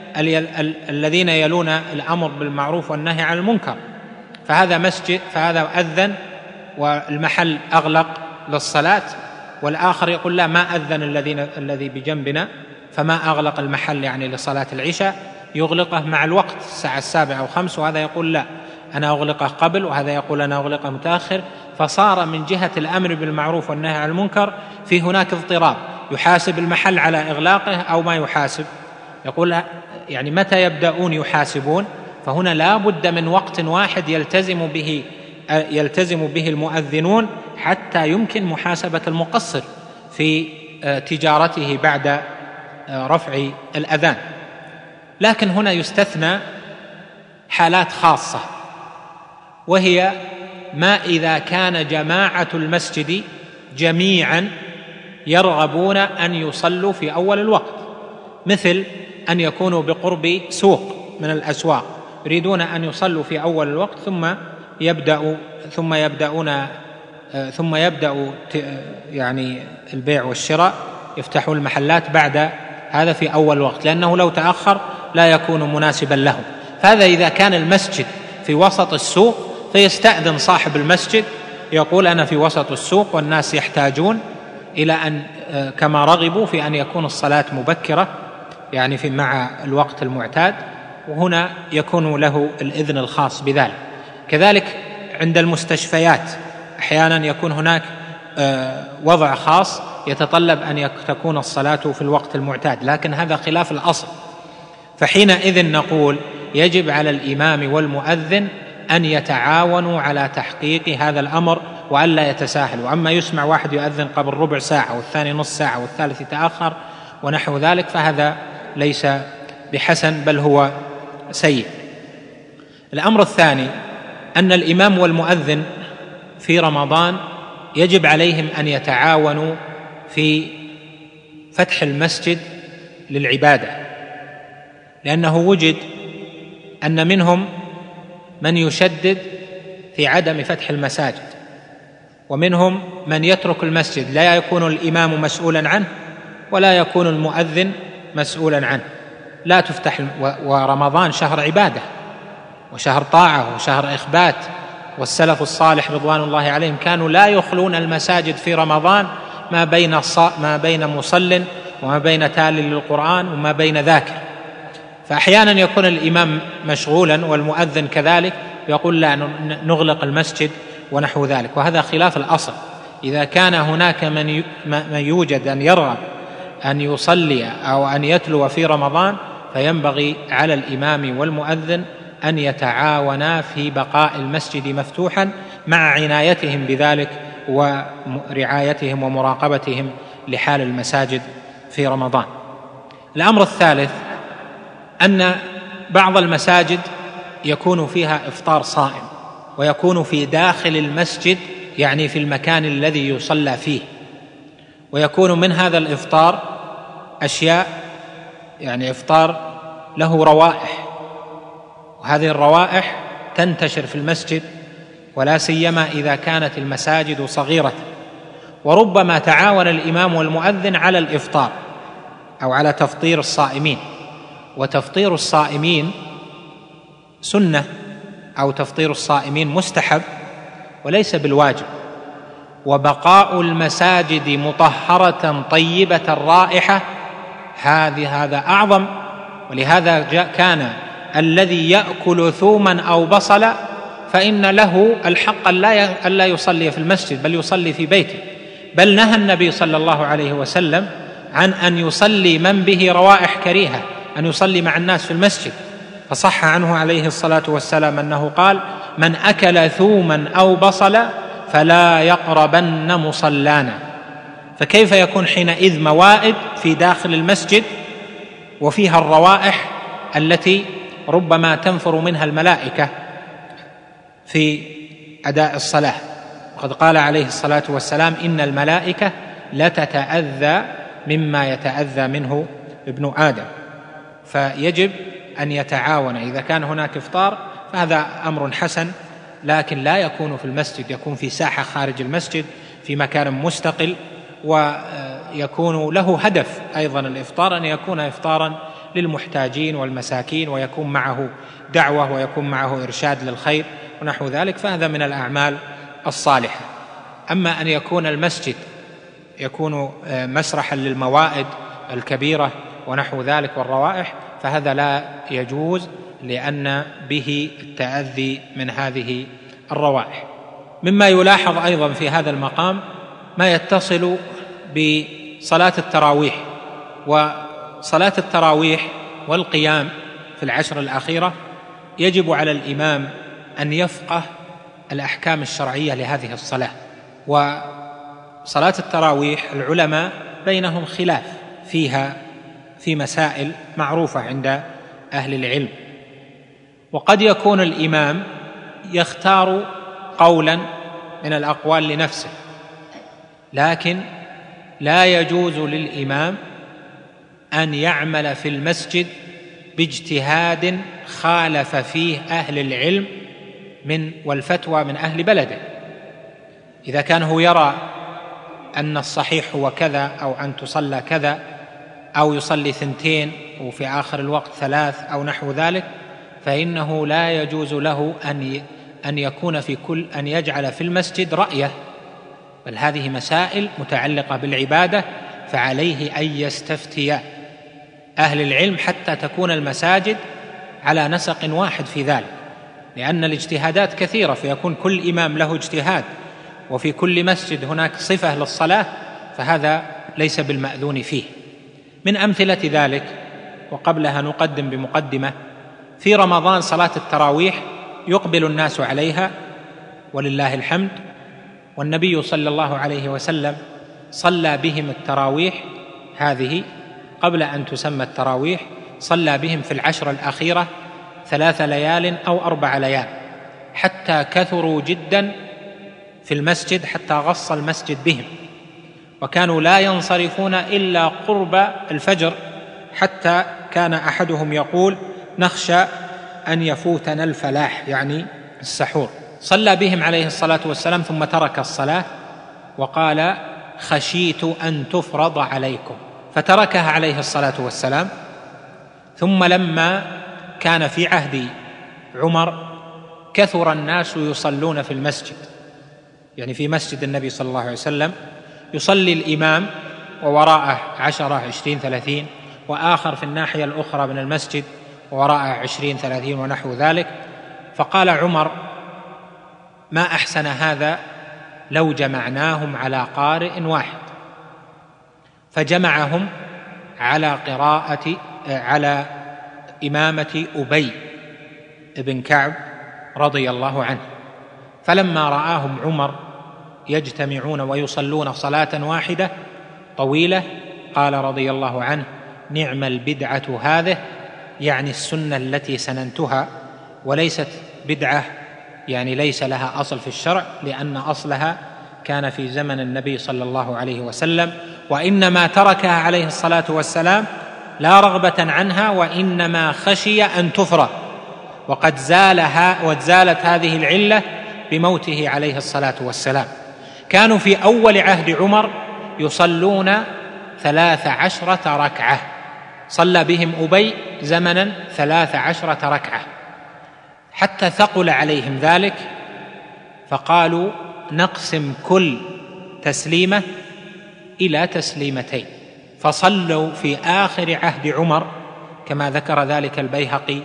الذين يلون الأمر بالمعروف والنهي عن المنكر، فهذا مسجد فهذا أذن والمحل أغلق للصلاة، والآخر يقول لا ما أذن الذين الذي بجنبنا فما أغلق المحل يعني لصلاة العشاء، يغلقه مع الوقت الساعة السابعة أو خمس، وهذا يقول لا أنا أغلقه قبل، وهذا يقول أنا أغلقه متأخر. فصار من جهة الأمر بالمعروف والنهي عن المنكر في هناك اضطراب، يحاسب المحل على إغلاقه أو ما يحاسب. يقول يعني متى يبدأون يحاسبون؟ فهنا لا بد من وقت واحد يلتزم به يلتزم به المؤذنون حتى يمكن محاسبة المقصر في تجارته بعد رفع الأذان. لكن هنا يستثنى حالات خاصة، وهي ما إذا كان جماعة المسجد جميعا يرغبون أن يصلوا في أول الوقت، مثل أن يكونوا بقرب سوق من الأسواق يريدون أن يصلوا في أول الوقت ثم يبدأ ثم يبدأون ثم يبدأ يعني البيع والشراء، يفتحوا المحلات بعد هذا في أول الوقت، لأنه لو تأخر لا يكون مناسبا لهم. فهذا إذا كان المسجد في وسط السوق فيستأذن صاحب المسجد، يقول أنا في وسط السوق والناس يحتاجون إلى أن كما رغبوا في أن يكون الصلاة مبكرة يعني في مع الوقت المعتاد، وهنا يكون له الإذن الخاص بذلك. كذلك عند المستشفيات أحيانا يكون هناك وضع خاص يتطلب أن تكون الصلاة في الوقت المعتاد، لكن هذا خلاف الأصل. فحينئذ نقول يجب على الإمام والمؤذن أن يتعاونوا على تحقيق هذا الأمر وألا يتساهلوا. أما يسمع واحد يؤذن قبل ربع ساعة والثاني نص ساعة والثالث يتأخر ونحو ذلك، فهذا ليس بحسن بل هو سيء. الأمر الثاني أن الإمام والمؤذن في رمضان يجب عليهم أن يتعاونوا في فتح المسجد للعبادة، لأنه وجد أن منهم من يشدد في عدم فتح المساجد، ومنهم من يترك المسجد، لا يكون الإمام مسؤولا عنه ولا يكون المؤذن مسؤولا عنه، لا تفتح. ورمضان شهر عبادة وشهر طاعة وشهر إخبات، والسلف الصالح رضوان الله عليهم كانوا لا يخلون المساجد في رمضان ما بين ما بين مصل وما بين تال للقرآن وما بين ذاكر. فأحيانا يكون الإمام مشغولا والمؤذن كذلك، يقول لا نغلق المسجد ونحو ذلك، وهذا خلاف الأصل. إذا كان هناك من يوجد أن يرغب أن يصلي أو أن يتلو في رمضان، فينبغي على الإمام والمؤذن أن يتعاونا في بقاء المسجد مفتوحا مع عنايتهم بذلك ورعايتهم ومراقبتهم لحال المساجد في رمضان. الأمر الثالث أن بعض المساجد يكون فيها إفطار صائم، ويكون في داخل المسجد يعني في المكان الذي يصلى فيه، ويكون من هذا الإفطار أشياء يعني إفطار له روائح، وهذه الروائح تنتشر في المسجد، ولا سيما إذا كانت المساجد صغيرة. وربما تعاون الإمام والمؤذن على الإفطار أو على تفطير الصائمين، وتفطير الصائمين سنة أو تفطير الصائمين مستحب وليس بالواجب. وبقاء المساجد مطهرة طيبة الرائحة هذه هذا أعظم. ولهذا كان الذي يأكل ثوما أو بصلا فإن له الحق ألا يصلي في المسجد بل يصلي في بيته، بل نهى النبي صلى الله عليه وسلم عن أن يصلي من به روائح كريهة أن يصلي مع الناس في المسجد. فصح عنه عليه الصلاة والسلام أنه قال: من أكل ثوما أو بصلا فلا يقربن مصلانا. فكيف يكون حينئذ موائد في داخل المسجد وفيها الروائح التي ربما تنفر منها الملائكة في أداء الصلاة؟ وقد قال عليه الصلاة والسلام: إن الملائكة لتتأذى مما يتأذى منه ابن آدم. فيجب أن يتعاون. إذا كان هناك إفطار فهذا أمر حسن، لكن لا يكون في المسجد، يكون في ساحة خارج المسجد في مكان مستقل، ويكون له هدف أيضا الإفطار أن يكون إفطارا للمحتاجين والمساكين، ويكون معه دعوة ويكون معه إرشاد للخير ونحو ذلك، فهذا من الأعمال الصالحة. أما أن يكون المسجد يكون مسرحا للموائد الكبيرة ونحو ذلك والروائح، فهذا لا يجوز، لأن به التأذي من هذه الروائح. مما يلاحظ أيضا في هذا المقام ما يتصل بصلاة التراويح. وصلاة التراويح والقيام في العشر الأخيرة يجب على الإمام أن يفقه الأحكام الشرعية لهذه الصلاة. وصلاة التراويح العلماء بينهم خلاف فيها في مسائل معروفة عند أهل العلم، وقد يكون الإمام يختار قولا من الأقوال لنفسه، لكن لا يجوز للإمام أن يعمل في المسجد باجتهاد خالف فيه أهل العلم من والفتوى من أهل بلده. إذا كان هو يرى أن الصحيح هو كذا، أو أن تصلى كذا، أو يصلي ثنتين وفي آخر الوقت ثلاث أو نحو ذلك، فإنه لا يجوز له أن أن يكون في كل أن يجعل في المسجد رأيه، بل هذه مسائل متعلقة بالعبادة، فعليه أن يستفتي أهل العلم حتى تكون المساجد على نسق واحد في ذلك، لأن الاجتهادات كثيرة، فيكون كل إمام له اجتهاد وفي كل مسجد هناك صفة للصلاة، فهذا ليس بالمأذون فيه. من أمثلة ذلك، وقبلها نقدم بمقدمة، في رمضان صلاة التراويح يقبل الناس عليها ولله الحمد، والنبي صلى الله عليه وسلم صلى بهم التراويح هذه قبل أن تسمى التراويح، صلى بهم في العشر الأخيرة ثلاث ليال أو أربع ليال، حتى كثروا جدا في المسجد حتى غص المسجد بهم، وكانوا لا ينصرفون إلا قرب الفجر، حتى كان أحدهم يقول: نخشى أن يفوتنا الفلاح، يعني السحور. صلى بهم عليه الصلاة والسلام ثم ترك الصلاة وقال: خشيت أن تفرض عليكم، فتركها عليه الصلاة والسلام. ثم لما كان في عهد عمر كثر الناس يصلون في المسجد، يعني في مسجد النبي صلى الله عليه وسلم يصلي الإمام ووراءه عشرة عشرين ثلاثين، وآخر في الناحية الأخرى من المسجد ووراءه عشرين ثلاثين ونحو ذلك. فقال عمر: ما أحسن هذا لو جمعناهم على قارئ واحد، فجمعهم على قراءة على إمامة أبي بن كعب رضي الله عنه. فلما رآهم عمر يجتمعون ويصلون صلاة واحدة طويلة قال رضي الله عنه: نعم البدعة هذه، يعني السنة التي سننتها، وليست بدعة يعني ليس لها أصل في الشرع، لأن أصلها كان في زمن النبي صلى الله عليه وسلم، وإنما تركها عليه الصلاة والسلام لا رغبة عنها، وإنما خشي أن تفرض، وقد زالها وزالت هذه العلة بموته عليه الصلاة والسلام. كانوا في أول عهد عمر يصلون ثلاث عشرة ركعة، صلى بهم أبي زمنا ثلاث عشرة ركعة، حتى ثقل عليهم ذلك، فقالوا: نقسم كل تسليمة إلى تسليمتين. فصلوا في آخر عهد عمر كما ذكر ذلك البيهقي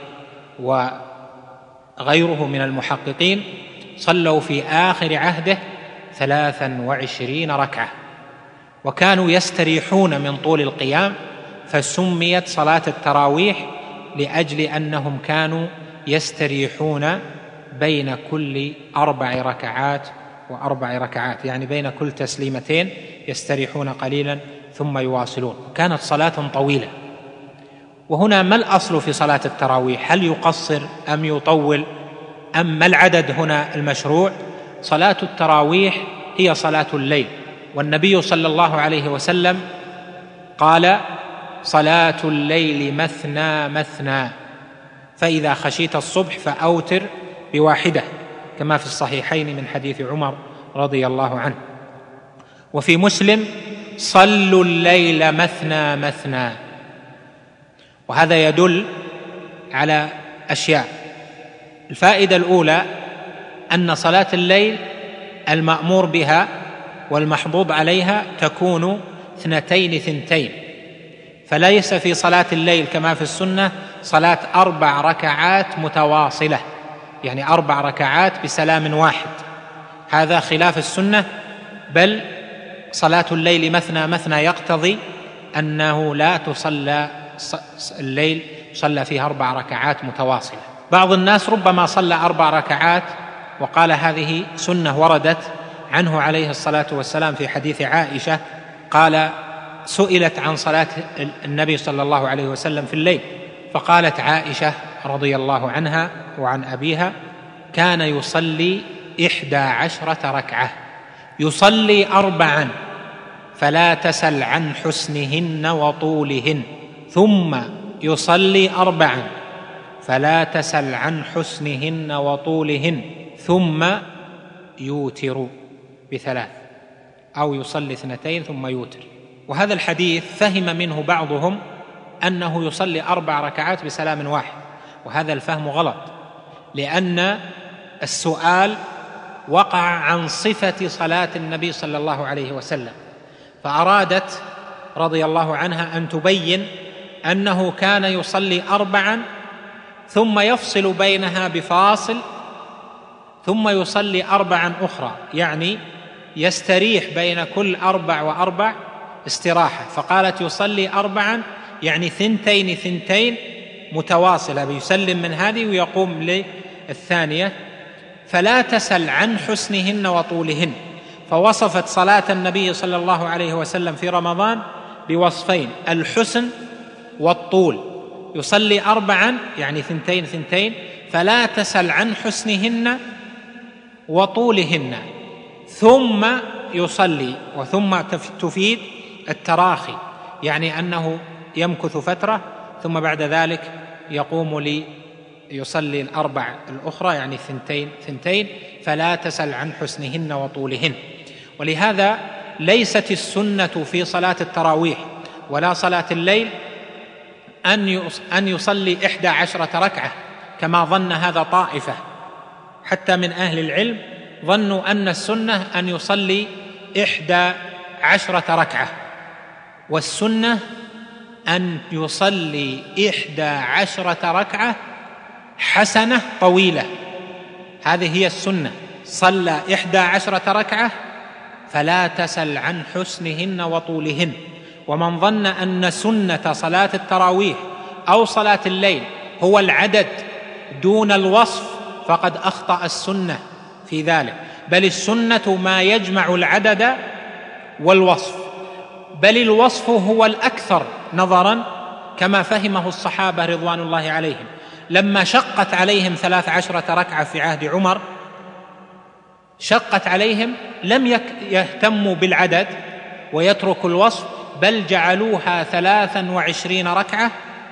وغيره من المحققين، صلوا في آخر عهده ثلاثا وعشرين ركعة، وكانوا يستريحون من طول القيام، فسميت صلاة التراويح لأجل أنهم كانوا يستريحون بين كل أربع ركعات وأربع ركعات، يعني بين كل تسليمتين يستريحون قليلا ثم يواصلون. كانت صلاة طويلة. وهنا ما الأصل في صلاة التراويح؟ هل يقصر أم يطول أم ما العدد هنا المشروع؟ صلاة التراويح هي صلاة الليل، والنبي صلى الله عليه وسلم قال: صلاة الليل مثنى مثنى، فإذا خشيت الصبح فأوتر بواحدة، كما في الصحيحين من حديث عمر رضي الله عنه. وفي مسلم: صلوا الليل مثنى مثنى. وهذا يدل على أشياء. الفائدة الأولى أن صلاة الليل المأمور بها والمحضوب عليها تكون اثنتين ثنتين، فليس في صلاة الليل كما في السنة صلاة أربع ركعات متواصلة، يعني أربع ركعات بسلام واحد، هذا خلاف السنة، بل صلاة الليل مثنى مثنى يقتضي أنه لا تصلى الليل صلى فيه أربع ركعات متواصلة. بعض الناس ربما صلى أربع ركعات وقال هذه سنة وردت عنه عليه الصلاة والسلام في حديث عائشة، قال سئلت عن صلاة النبي صلى الله عليه وسلم في الليل، فقالت عائشة رضي الله عنها وعن أبيها: كان يصلي إحدى عشرة ركعة، يصلي أربعا فلا تسل عن حسنهن وطولهن، ثم يصلي أربعا فلا تسل عن حسنهن وطولهن، ثم يوتر بثلاث، أو يصلي اثنتين ثم يوتر. وهذا الحديث فهم منه بعضهم أنه يصلي أربع ركعات بسلام واحد، وهذا الفهم غلط، لأن السؤال وقع عن صفة صلاة النبي صلى الله عليه وسلم، فأرادت رضي الله عنها أن تبين أنه كان يصلي أربعا ثم يفصل بينها بفاصل، ثم يصلي أربعا أخرى، يعني يستريح بين كل أربع وأربع استراحة. فقالت يصلي أربعا يعني ثنتين ثنتين متواصلة، بيسلم من هذه ويقوم للثانية. فلا تسل عن حسنهن وطولهن، فوصفت صلاة النبي صلى الله عليه وسلم في رمضان بوصفين: الحسن والطول. يصلي أربعا يعني ثنتين ثنتين، فلا تسل عن حسنهن وطولهن، ثم يصلي، وثم تفيد التراخي، يعني أنه يمكث فترة ثم بعد ذلك يقوم ليصلي الأربع الأخرى، يعني ثنتين ثنتين، فلا تسل عن حسنهن وطولهن. ولهذا ليست السنة في صلاة التراويح ولا صلاة الليل أن يصلي إحدى عشرة ركعة كما ظن هذا طائفة، حتى من أهل العلم ظنوا أن السنة أن يصلي إحدى عشرة ركعة، والسنة أن يصلي إحدى عشرة ركعة حسنة طويلة، هذه هي السنة. صلى إحدى عشرة ركعة فلا تسل عن حسنهن وطولهن. ومن ظن أن سنة صلاة التراويح أو صلاة الليل هو العدد دون الوصف فقد أخطأ السنة في ذلك، بل السنة ما يجمع العدد والوصف، بل الوصف هو الأكثر نظرا كما فهمه الصحابة رضوان الله عليهم. لما شقت عليهم ثلاث عشرة ركعة في عهد عمر، شقت عليهم لم يهتموا بالعدد ويتركوا الوصف، بل جعلوها ثلاثا وعشرين ركعة،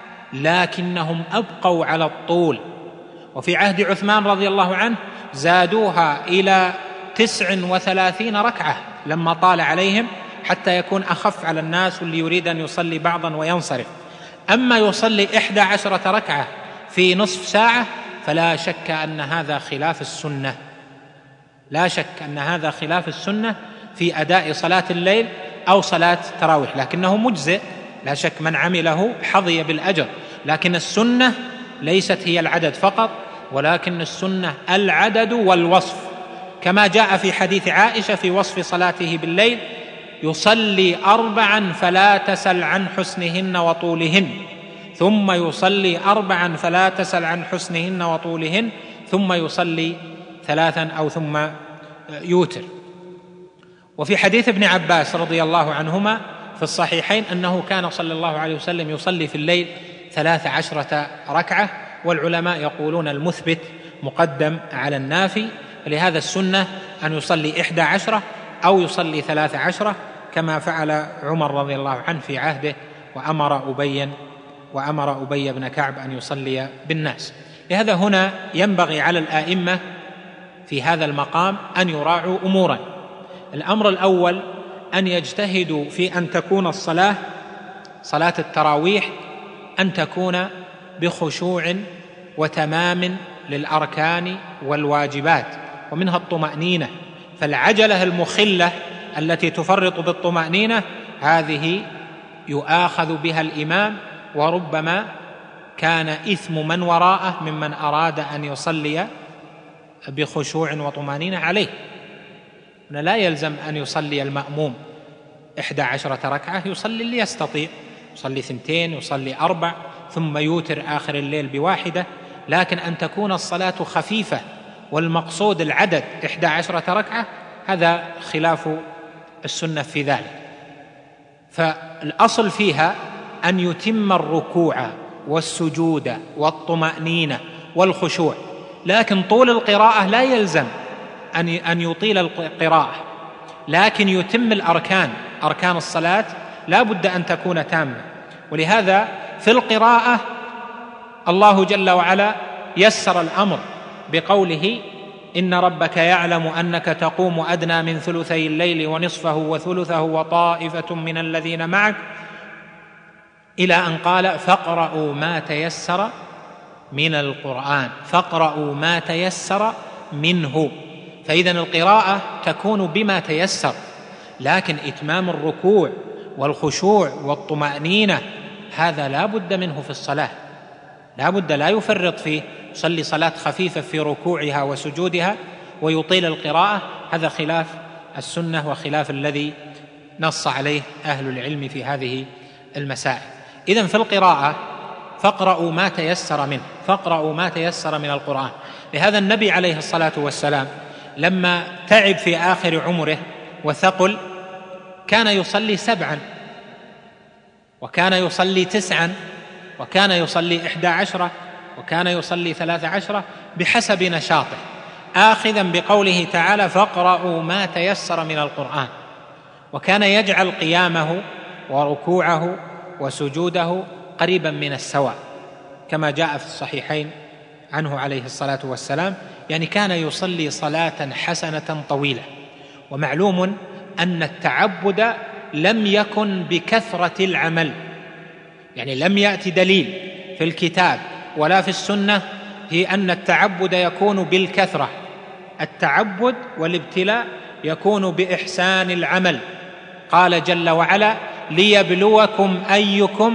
لكنهم أبقوا على الطول. وفي عهد عثمان رضي الله عنه زادوها إلى تسع وثلاثين ركعة لما طال عليهم، حتى يكون أخف على الناس واللي يريد أن يصلي بعضا وينصرف. أما يصلي إحدى عشرة ركعة في نصف ساعة فلا شك أن هذا خلاف السنة، لا شك أن هذا خلاف السنة في أداء صلاة الليل أو صلاة التراويح، لكنه مجزئ لا شك، من عمله حظي بالأجر. لكن السنة ليست هي العدد فقط، ولكن السنة العدد والوصف، كما جاء في حديث عائشة في وصف صلاته بالليل: يصلي أربعا فلا تسل عن حسنهن وطولهن، ثم يصلي أربعا فلا تسل عن حسنهن وطولهن، ثم يصلي ثلاثا أو ثم يوتر. وفي حديث ابن عباس رضي الله عنهما في الصحيحين أنه كان صلى الله عليه وسلم يصلي في الليل ثلاث عشرة ركعة، والعلماء يقولون المثبت مقدم على النافي، لهذا السنة أن يصلي إحدى عشرة أو يصلي ثلاث عشرة كما فعل عمر رضي الله عنه في عهده، وأمر أبي وأمر أبي بن كعب أن يصلي بالناس. لهذا هنا ينبغي على الآئمة في هذا المقام أن يراعوا أمورا. الأمر الأول أن يجتهدوا في أن تكون الصلاة صلاة التراويح أن تكون بخشوع وتمام للأركان والواجبات، ومنها الطمأنينة. فالعجلة المخلة التي تفرط بالطمأنينة هذه يؤاخذ بها الإمام، وربما كان إثم من وراءه ممن أراد أن يصلي بخشوع وطمأنينة عليه. لا يلزم أن يصلي المأموم إحدى عشرة ركعة، يصلي اللي يستطيع، يصلي ثنتين، يصلي أربع، ثم يوتر آخر الليل بواحدة، لكن أن تكون الصلاة خفيفة والمقصود العدد إحدى عشرة ركعة هذا خلاف السنة في ذلك. فالأصل فيها أن يتم الركوع والسجود والطمأنينة والخشوع، لكن طول القراءة لا يلزم أن يطيل القراءة، لكن يتم الأركان، أركان الصلاة لا بد أن تكون تامة. ولهذا في القراءة الله جل وعلا يسر الأمر بقوله إن ربك يعلم أنك تقوم أدنى من ثلثي الليل ونصفه وثلثه وطائفة من الذين معك، إلى أن قال فاقرأوا ما تيسر من القرآن، فاقرأوا ما تيسر منه. فإذن القراءة تكون بما تيسر، لكن إتمام الركوع والخشوع والطمأنينة هذا لا بد منه في الصلاة، لا بد، لا يفرط فيه، يصلي صلاة خفيفة في ركوعها وسجودها ويطيل القراءة، هذا خلاف السنة وخلاف الذي نص عليه أهل العلم في هذه المسائل. إذن في القراءة فاقرأوا ما تيسر منه، فاقرأوا ما تيسر من القرآن. لهذا النبي عليه الصلاة والسلام لما تعب في آخر عمره وثقل كان يصلي سبعا، وكان يصلي تسعا، وكان يصلي إحدى عشرة، وكان يصلي ثلاث عشرة بحسب نشاطه، آخذا بقوله تعالى فاقرأوا ما تيسر من القرآن. وكان يجعل قيامه وركوعه وسجوده قريبا من السواء كما جاء في الصحيحين عنه عليه الصلاة والسلام، يعني كان يصلي صلاة حسنة طويلة. ومعلوم أن التعبد لم يكن بكثرة العمل، يعني لم يأتي دليل في الكتاب ولا في السنة في أن التعبد يكون بالكثرة. التعبد والابتلاء يكون بإحسان العمل. قال جل وعلا ليبلوكم أيكم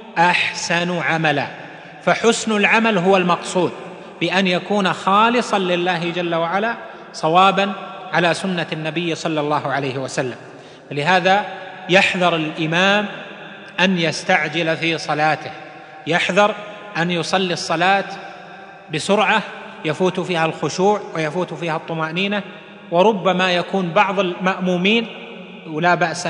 أحسن عملا، فحسن العمل هو المقصود، بأن يكون خالصا لله جل وعلا صوابا على سنة النبي صلى الله عليه وسلم. لهذا يحذر الإمام أن يستعجل في صلاته، يحذر أن يصلي الصلاة بسرعة يفوت فيها الخشوع ويفوت فيها الطمأنينة. وربما يكون بعض المأمومين، ولا بأس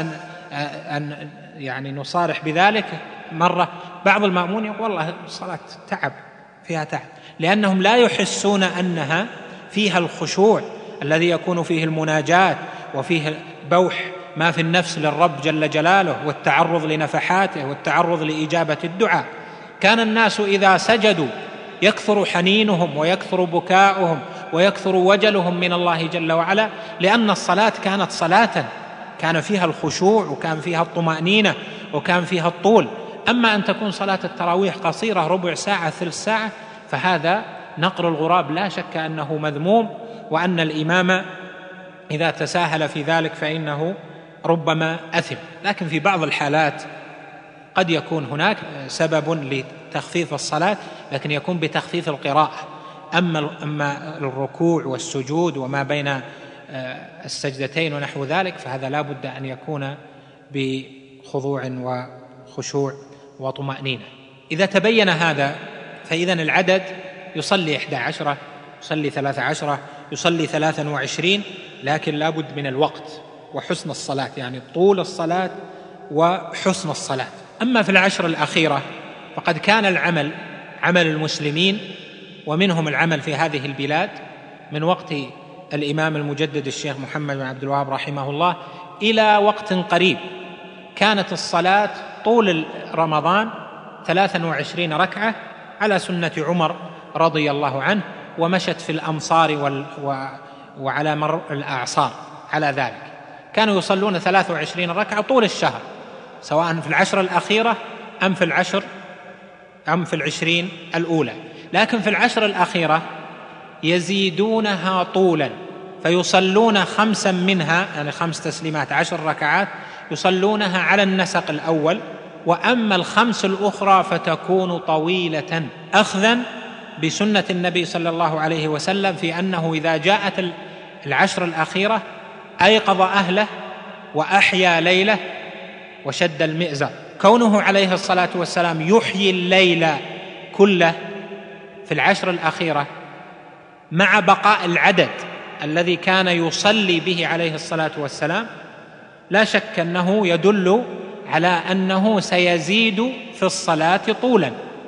أن يعني نصارح بذلك مرة، بعض المأمومين يقول والله الصلاة تعب، فيها تعب، لأنهم لا يحسون أنها فيها الخشوع الذي يكون فيه المناجاة وفيه بوح ما في النفس للرب جل جلاله والتعرض لنفحاته والتعرض لإجابة الدعاء. كان الناس إذا سجدوا يكثر حنينهم ويكثر بكاؤهم ويكثر وجلهم من الله جل وعلا، لأن الصلاة كانت صلاة كان فيها الخشوع وكان فيها الطمأنينة وكان فيها الطول. أما أن تكون صلاة التراويح قصيرة ربع ساعة ثلث ساعة فهذا نقر الغراب، لا شك أنه مذموم، وأن الإمام إذا تساهل في ذلك فإنه ربما أثم. لكن في بعض الحالات قد يكون هناك سبب لتخفيف الصلاة، لكن يكون بتخفيف القراءة. أما أما الركوع والسجود وما بين السجدتين ونحو ذلك فهذا لا بد أن يكون بخضوع وخشوع وطمأنينة. إذا تبين هذا فإذن العدد يصلي إحدى عشرة، يصلي ثلاث عشرة، يصلي ثلاثا وعشرين، لكن لا بد من الوقت وحسن الصلاة، يعني طول الصلاة وحسن الصلاة. أما في العشر الأخيرة فقد كان العمل عمل المسلمين ومنهم العمل في هذه البلاد من وقت الإمام المجدد الشيخ محمد بن عبد الوهاب رحمه الله إلى وقت قريب كانت الصلاة طول رمضان ثلاثا وعشرين ركعة على سنة عمر رضي الله عنه، ومشت في الأمصار وال و... وعلى مر الأعصار على ذلك. كانوا يصلون ثلاث وعشرين ركعة طول الشهر، سواء في العشر الأخيرة أم في العشر أم في العشرين الأولى. لكن في العشر الأخيرة يزيدونها طولا، فيصلون خمسا منها، يعني خمس تسليمات عشر ركعات يصلونها على النسق الأول، وأما الخمس الأخرى فتكون طويلة، أخذا بسنة النبي صلى الله عليه وسلم في أنه إذا جاءت العشر الأخيرة أيقظ أهله وأحيا ليله وشد المئزر، وكونه عليه الصلاة والسلام يحيي الليل كله في العشر الأخيرة مع بقاء العدد الذي كان يصلي به عليه الصلاة والسلام لا شك أنه يدل على أنه سيزيد في الصلاة طولا.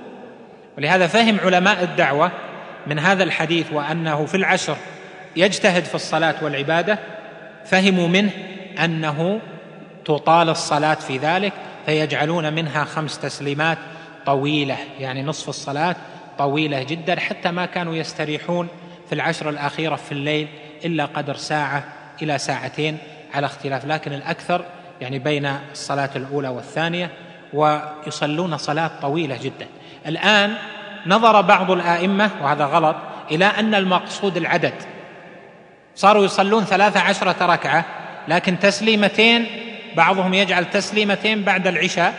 ولهذا فهم علماء الدعوة من هذا الحديث وأنه في العشر يجتهد في الصلاة والعبادة، فهموا منه أنه تطال الصلاة في ذلك، فيجعلون منها خمس تسليمات طويلة، يعني نصف الصلاة طويلة جدا، حتى ما كانوا يستريحون في العشر الأخيرة في الليل إلا قدر ساعة إلى ساعتين على اختلاف، لكن الأكثر يعني بين الصلاة الأولى والثانية، ويصلون صلاة طويلة جدا. الآن نظر بعض الآئمة، وهذا غلط، إلى أن المقصود العدد، صاروا يصلون ثلاث عشرة ركعة لكن تسليمتين، بعضهم يجعل تسليمتين بعد العشاء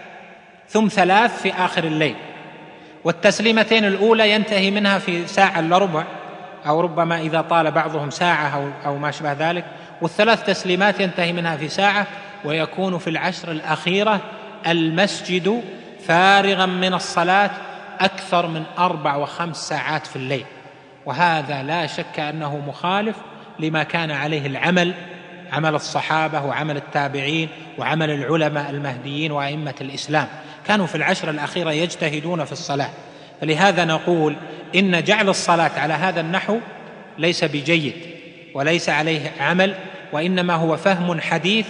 ثم ثلاث في آخر الليل، والتسليمتين الأولى ينتهي منها في ساعة إلا ربع، أو ربما إذا طال بعضهم ساعة أو, أو ما شبه ذلك، والثلاث تسليمات ينتهي منها في ساعة، ويكون في العشر الأخيرة المسجد فارغا من الصلاة أكثر من أربع وخمس ساعات في الليل. وهذا لا شك أنه مخالف لما كان عليه العمل، عمل الصحابة وعمل التابعين وعمل العلماء المهديين وأئمة الإسلام، كانوا في العشر الأخيرة يجتهدون في الصلاة. فلهذا نقول إن جعل الصلاة على هذا النحو ليس بجيد وليس عليه عمل، وإنما هو فهم حديث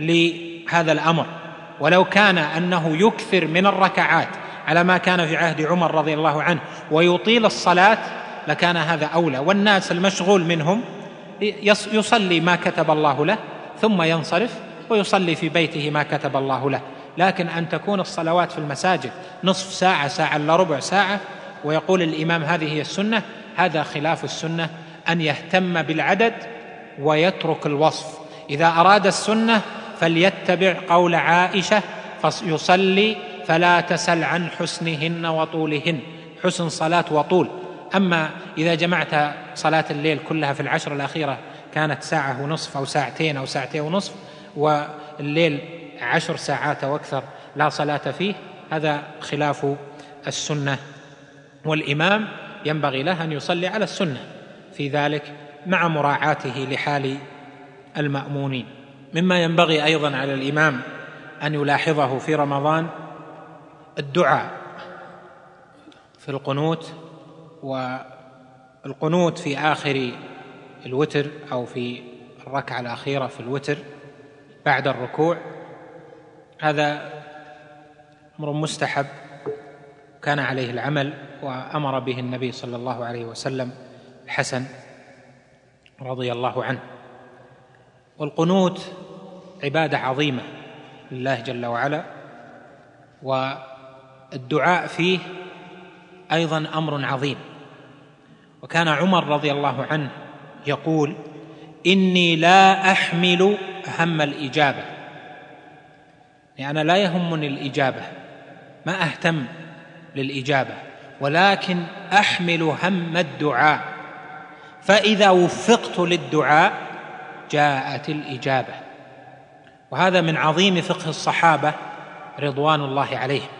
لهذا الأمر. ولو كان أنه يكثر من الركعات على ما كان في عهد عمر رضي الله عنه ويطيل الصلاة لكان هذا أولى، والناس المشغول منهم يصلي ما كتب الله له ثم ينصرف ويصلي في بيته ما كتب الله له. لكن أن تكون الصلوات في المساجد نصف ساعة، ساعة إلا ربع ساعة، ويقول الإمام هذه هي السنة، هذا خلاف السنة. أن يهتم بالعدد ويترك الوصف. إذا أراد السنة فليتبع قول عائشة فيصلي فلا تسل عن حسنهن وطولهن، حسن صلاة وطول. أما إذا جمعت صلاة الليل كلها في العشر الأخيرة كانت ساعة ونصف أو ساعتين أو ساعتين ونصف، والليل عشر ساعات وأكثر لا صلاة فيه، هذا خلاف السنة. والإمام ينبغي له أن يصلي على السنة في ذلك مع مراعاته لحال المأمونين. مما ينبغي أيضا على الإمام أن يلاحظه في رمضان الدعاء في القنوت، والقنوت في آخر الوتر أو في الركعة الأخيرة في الوتر بعد الركوع، هذا أمر مستحب كان عليه العمل وأمر به النبي صلى الله عليه وسلم الحسن رضي الله عنه. والقنوت عبادة عظيمة لله جل وعلا، والدعاء فيه أيضا أمر عظيم. وكان عمر رضي الله عنه يقول: إني لا أحمل هم الإجابة، يعني أنا لا يهمني الإجابة، ما أهتم للإجابة، ولكن أحمل هم الدعاء، فإذا وفقت للدعاء جاءت الإجابة. وهذا من عظيم فقه الصحابة رضوان الله عليهم.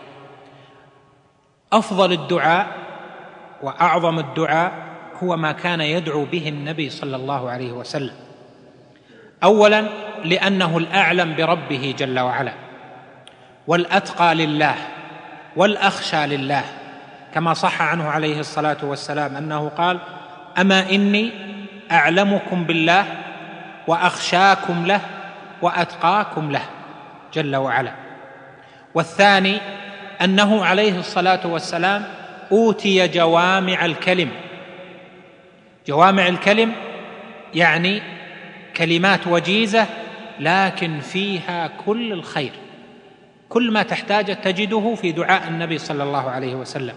أفضل الدعاء وأعظم الدعاء هو ما كان يدعو به النبي صلى الله عليه وسلم، أولا لأنه الأعلم بربه جل وعلا، والأتقى لله، والأخشى لله، كما صح عنه عليه الصلاة والسلام أنه قال: أما إني أعلمكم بالله وأخشاكم له وأتقاكم له جل وعلا. والثاني أنه عليه الصلاة والسلام أوتي جوامع الكلم. جوامع الكلم يعني كلمات وجيزة لكن فيها كل الخير، كل ما تحتاج تجده في دعاء النبي صلى الله عليه وسلم.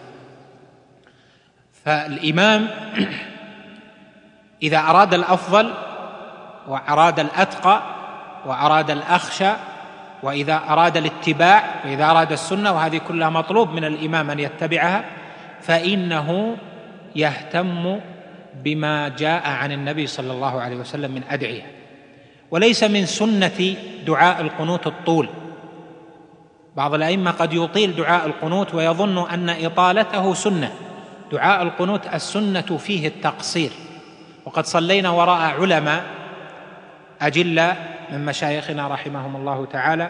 فالإمام إذا أراد الأفضل وأراد الأتقى وأراد الأخشى وإذا أراد الاتباع وإذا أراد السنة، وهذه كلها مطلوب من الإمام أن يتبعها، فإنه يهتم بما جاء عن النبي صلى الله عليه وسلم من أدعية. وليس من سنة دعاء القنوت الطول، بعض الأئمة قد يطيل دعاء القنوت ويظن أن إطالته سنة. دعاء القنوت السنة فيه التقصير، وقد صلينا وراء علماء أجلة من مشايخنا رحمهم الله تعالى،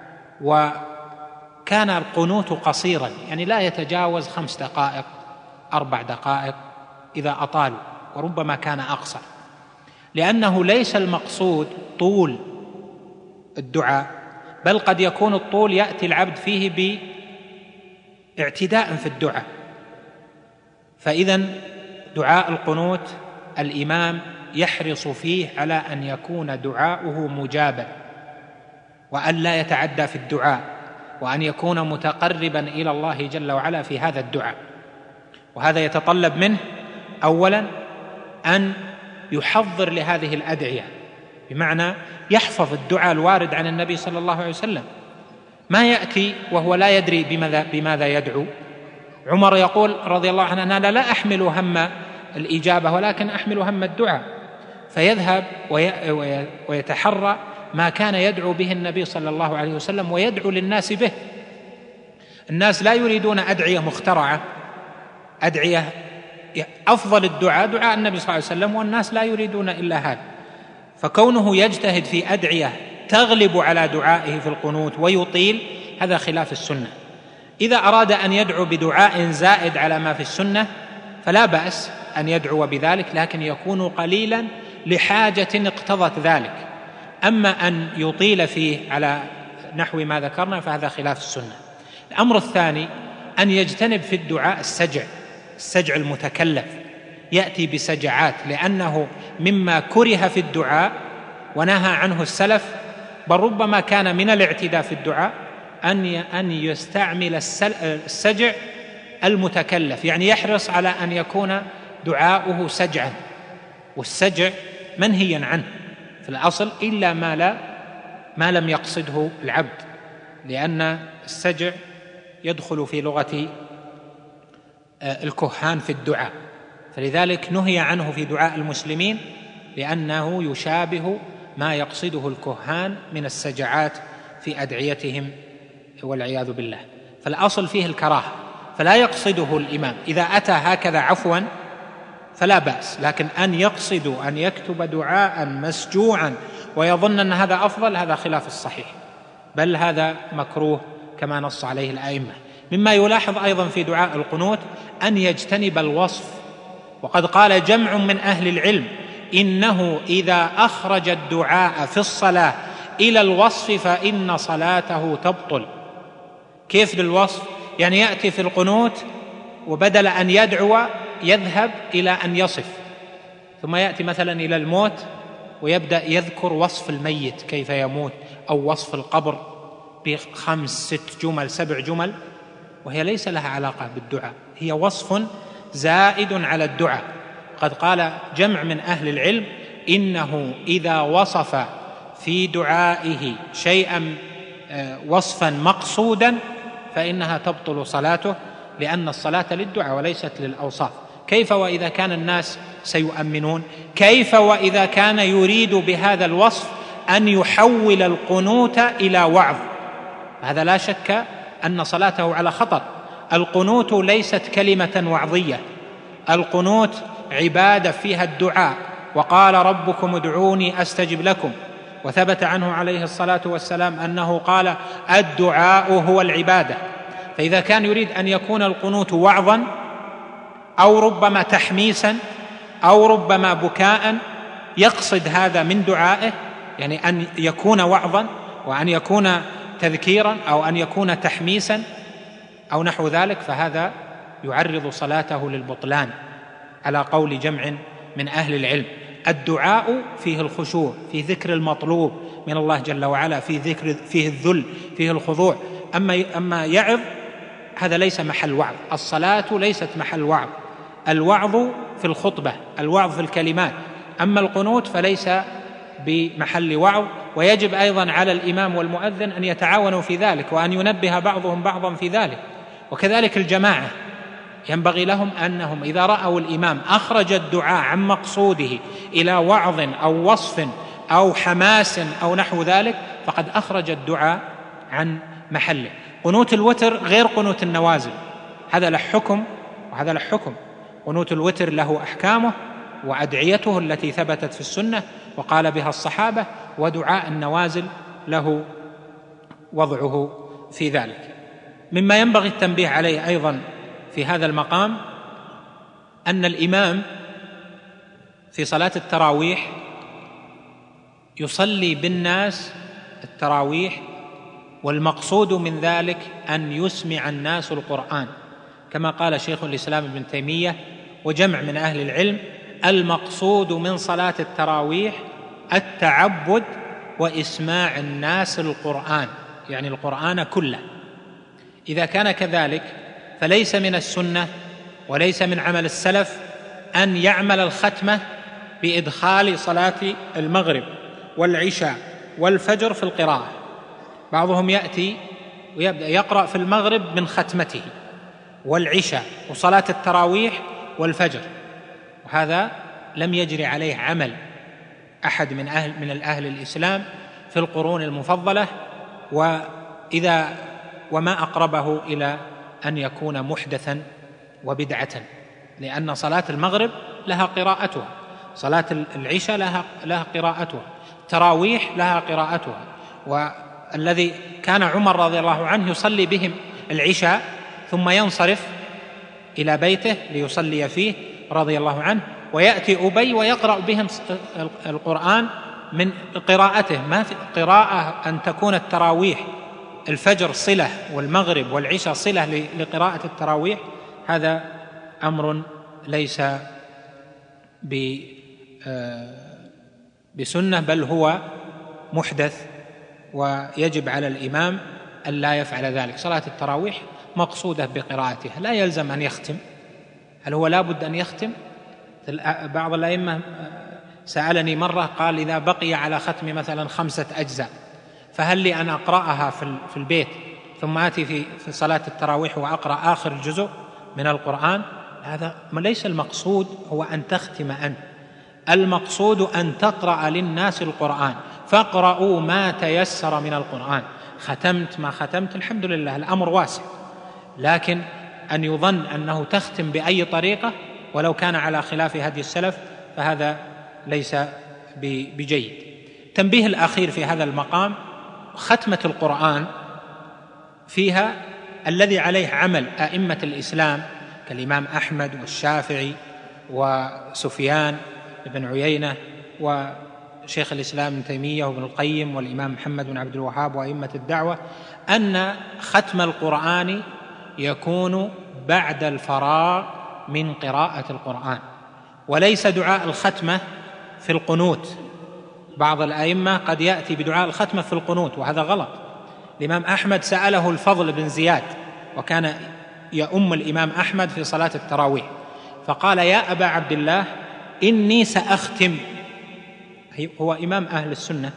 وكان القنوت قصيرا، يعني لا يتجاوز خمس دقائق أربع دقائق إذا أطالوا، وربما كان أقصر، لأنه ليس المقصود طول الدعاء، بل قد يكون الطول يأتي العبد فيه باعتداء في الدعاء. فإذن دعاء القنوت الإمام يحرص فيه على أن يكون دعاؤه مجابا، وأن لا يتعدى في الدعاء، وأن يكون متقربا إلى الله جل وعلا في هذا الدعاء. وهذا يتطلب منه أولا أن يحضر لهذه الأدعية، بمعنى يحفظ الدعاء الوارد عن النبي صلى الله عليه وسلم، ما يأتي وهو لا يدري بماذا, بماذا يدعو. عمر يقول رضي الله عنه: أنا لا أحمل هم الإجابة ولكن أحمل هم الدعاء، فيذهب ويتحرى ما كان يدعو به النبي صلى الله عليه وسلم ويدعو للناس به. الناس لا يريدون أدعية مخترعة، أدعية أفضل الدعاء دعاء النبي صلى الله عليه وسلم، والناس لا يريدون إلا هذا. فكونه يجتهد في أدعية تغلب على دعائه في القنوت ويطيل، هذا خلاف السنة. إذا أراد أن يدعو بدعاء زائد على ما في السنة فلا بأس أن يدعو بذلك، لكن يكون قليلا لحاجة اقتضت ذلك. أما أن يطيل فيه على نحو ما ذكرنا فهذا خلاف السنة. الأمر الثاني أن يجتنب في الدعاء السجع، السجع المتكلف، يأتي بسجعات، لأنه مما كره في الدعاء ونهى عنه السلف، بل ربما كان من الاعتداء في الدعاء أن أن يستعمل السجع المتكلف، يعني يحرص على أن يكون دعاؤه سجعا، والسجع منهيا عنه في الأصل إلا ما لا ما لم يقصده العبد، لأن السجع يدخل في لغة الكهان في الدعاء، فلذلك نهي عنه في دعاء المسلمين، لأنه يشابه ما يقصده الكهان من السجعات في أدعيتهم والعياذ بالله. فالأصل فيه الكراهة، فلا يقصده الإمام. إذا أتى هكذا عفوا فلا بأس، لكن أن يقصد أن يكتب دعاء مسجوعا ويظن أن هذا أفضل، هذا خلاف الصحيح، بل هذا مكروه كما نص عليه الأئمة. مما يلاحظ أيضا في دعاء القنوت أن يجتنب الوصف، وقد قال جمع من أهل العلم إنه إذا أخرج الدعاء في الصلاة إلى الوصف فإن صلاته تبطل. كيف للوصف؟ يعني يأتي في القنوت وبدل أن يدعو يذهب إلى أن يصف، ثم يأتي مثلا إلى الموت ويبدأ يذكر وصف الميت كيف يموت، أو وصف القبر بخمس ست جمل سبع جمل، وهي ليس لها علاقة بالدعاء، هي وصف زائد على الدعاء. قد قال جمع من أهل العلم إنه إذا وصف في دعائه شيئا وصفا مقصودا فإنها تبطل صلاته، لأن الصلاة للدعاء وليست للأوصاف. كيف وإذا كان الناس سيؤمنون؟ كيف وإذا كان يريد بهذا الوصف أن يحول القنوت إلى وعظ؟ هذا لا شك أن صلاته على خطر. القنوت ليست كلمة وعظية، القنوت عبادة فيها الدعاء، وقال ربكم ادعوني أستجب لكم، وثبت عنه عليه الصلاة والسلام أنه قال الدعاء هو العبادة. فإذا كان يريد أن يكون القنوت وعظا أو ربما تحميسا أو ربما بكاء، يقصد هذا من دعائه، يعني أن يكون وعظا وأن يكون تذكيرا أو أن يكون تحميسا أو نحو ذلك، فهذا يعرض صلاته للبطلان على قول جمع من أهل العلم. الدعاء فيه الخشوع، في ذكر المطلوب من الله جل وعلا، في ذكر فيه الذل، فيه الخضوع. أما أما يعظ هذا ليس محل وعظ، الصلاة ليست محل وعظ، الوعظ في الخطبة، الوعظ في الكلمات، أما القنوت فليس بمحل وعظ. ويجب أيضا على الإمام والمؤذن أن يتعاونوا في ذلك، وأن ينبه بعضهم بعضا في ذلك، وكذلك الجماعة ينبغي لهم أنهم إذا رأوا الإمام أخرج الدعاء عن مقصوده إلى وعظ أو وصف أو حماس أو نحو ذلك، فقد أخرج الدعاء عن محله. قنوت الوتر غير قنوت النوازل، هذا له حكم وهذا له حكم. قنوت الوتر له أحكامه وأدعيته التي ثبتت في السنة وقال بها الصحابة، ودعاء النوازل له وضعه في ذلك. مما ينبغي التنبيه عليه أيضا في هذا المقام أن الإمام في صلاة التراويح يصلي بالناس التراويح، والمقصود من ذلك أن يسمع الناس القرآن، كما قال شيخ الإسلام ابن تيمية وجمع من أهل العلم: المقصود من صلاة التراويح التعبد وإسماع الناس القرآن، يعني القرآن كله. إذا كان كذلك فليس من السنة وليس من عمل السلف أن يعمل الختمة بإدخال صلاة المغرب والعشاء والفجر في القراءة. بعضهم يأتي ويبدأ يقرأ في المغرب من ختمته والعشاء وصلاة التراويح والفجر، وهذا لم يجري عليه عمل أحد من أهل من الأهل الإسلام في القرون المفضلة، وإذا وما أقربه إلى أن يكون محدثا وبدعة، لأن صلاة المغرب لها قراءتها، صلاة العشاء لها لها قراءتها، التراويح لها قراءتها. والذي كان عمر رضي الله عنه يصلي بهم العشاء ثم ينصرف إلى بيته ليصلي فيه رضي الله عنه، ويأتي أبي ويقرأ بهم القرآن من قراءته. ما في قراءة أن تكون التراويح الفجر صلة والمغرب والعشاء صلة لقراءة التراويح، هذا أمر ليس بسنة، بل هو محدث، ويجب على الإمام أن لا يفعل ذلك. صلاة التراويح مقصودة بقراءتها، لا يلزم أن يختم. هل هو لا بد أن يختم؟ بعض الأئمة سألني مرة قال: إذا بقي على ختم مثلا خمسة أجزاء فهل لي أن أقرأها في البيت ثم آتي في صلاة التراويح وأقرأ آخر الجزء من القرآن؟ هذا ليس المقصود هو أن تختم أنت، المقصود أن تقرأ للناس القرآن، فاقرأوا ما تيسر من القرآن. ختمت ما ختمت الحمد لله، الأمر واسع، لكن أن يظن أنه تختم بأي طريقة ولو كان على خلاف هدي السلف فهذا ليس بجيد. تنبيه الأخير في هذا المقام: ختمة القرآن فيها الذي عليه عمل أئمة الإسلام كالإمام أحمد والشافعي وسفيان بن عيينة وشيخ الإسلام ابن تيمية وابن القيم والإمام محمد بن عبد الوهاب وأئمة الدعوة، أن ختم القرآن يكون بعد الفراغ من قراءة القرآن، وليس دعاء الختمة في القنوت. بعض الأئمة قد يأتي بدعاء الختمة في القنوت، وهذا غلط. الإمام أحمد سأله الفضل بن زياد، وكان يؤم الإمام أحمد في صلاة التراويح، فقال: يا أبا عبد الله إني سأختم، هو إمام أهل السنة،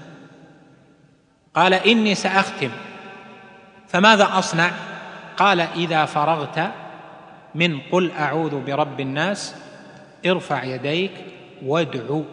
قال: إني سأختم، فماذا أصنع؟ قال: إذا فرغت من قل أعوذ برب الناس ارفع يديك وادعو.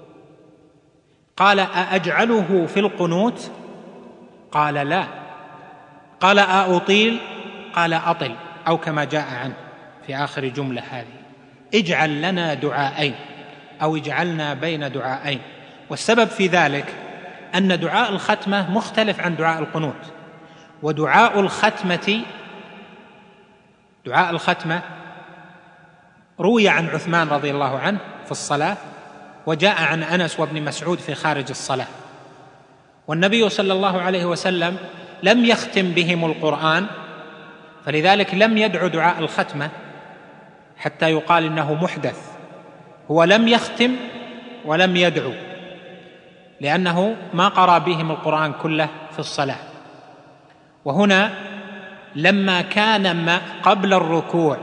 قال: أأجعله في القنوت؟ قال: لا. قال: أأطيل؟ قال: أطل، أو كما جاء عنه في آخر جملة هذه: اجعل لنا دعاءين، أو اجعلنا بين دعاءين. والسبب في ذلك أن دعاء الختمة مختلف عن دعاء القنوت. ودعاء الختمة دعاء الختمة روي عن عثمان رضي الله عنه في الصلاة، وجاء عن أنس وابن مسعود في خارج الصلاة، والنبي صلى الله عليه وسلم لم يختم بهم القرآن، فلذلك لم يدعو دعاء الختمة حتى يقال إنه محدث. هو لم يختم ولم يدعو، لأنه ما قرأ بهم القرآن كله في الصلاة. وهنا لما كان ما قبل الركوع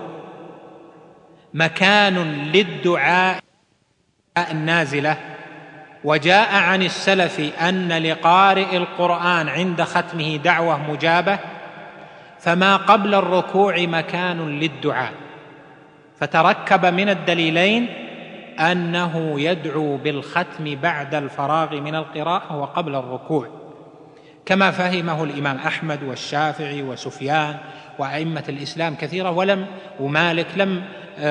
مكان للدعاء النازلة، وجاء عن السلف أن لقارئ القرآن عند ختمه دعوة مجابة، فما قبل الركوع مكان للدعاء، فتركب من الدليلين أنه يدعو بالختم بعد الفراغ من القراءة وقبل الركوع. كما فهمه الإمام أحمد والشافعي وسفيان وأئمة الإسلام كثيرة، ولم ومالك لم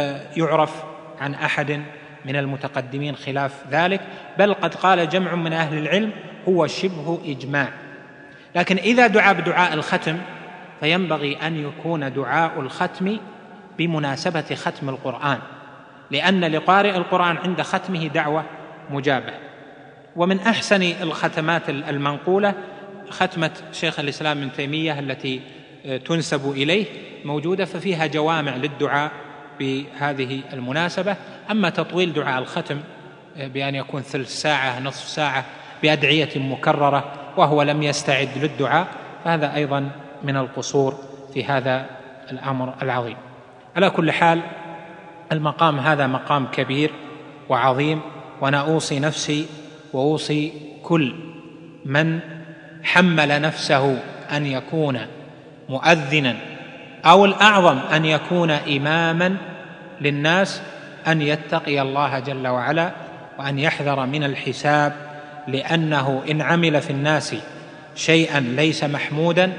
يعرف عن أحد من المتقدمين خلاف ذلك، بل قد قال جمع من أهل العلم هو شبه إجماع. لكن إذا دعا بدعاء الختم فينبغي أن يكون دعاء الختم بمناسبة ختم القرآن، لأن لقارئ القرآن عند ختمه دعوة مجابة. ومن أحسن الختمات المنقولة ختمة شيخ الإسلام ابن تيمية التي تنسب إليه، موجودة ففيها جوامع للدعاء بهذه المناسبة. أما تطويل دعاء الختم بأن يكون ثلث ساعة نصف ساعة بأدعية مكررة وهو لم يستعد للدعاء، فهذا أيضا من القصور في هذا الأمر العظيم. على كل حال المقام هذا مقام كبير وعظيم، وأنا أوصي نفسي وأوصي كل من حمل نفسه أن يكون مؤذنا أو الأعظم أن يكون إماما للناس أن يتقي الله جل وعلا وأن يحذر من الحساب، لأنه إن عمل في الناس شيئا ليس محمودا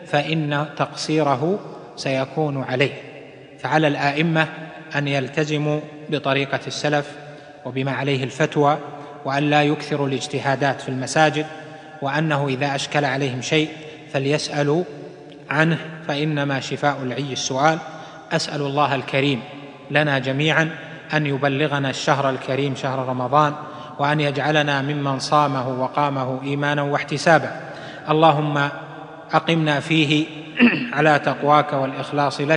فإن تقصيره سيكون عليه. فعلى الآئمة أن يلتزموا بطريقة السلف وبما عليه الفتوى، وأن لا يكثروا الاجتهادات في المساجد، وأنه إذا أشكل عليهم شيء فليسألوا عنه، فإنما شفاء العي السؤال. أسأل الله الكريم لنا جميعا أن يبلغنا الشهر الكريم شهر رمضان، وأن يجعلنا ممن صامه وقامه إيمانا واحتسابا. اللهم أقمنا فيه على تقواك والإخلاص لك،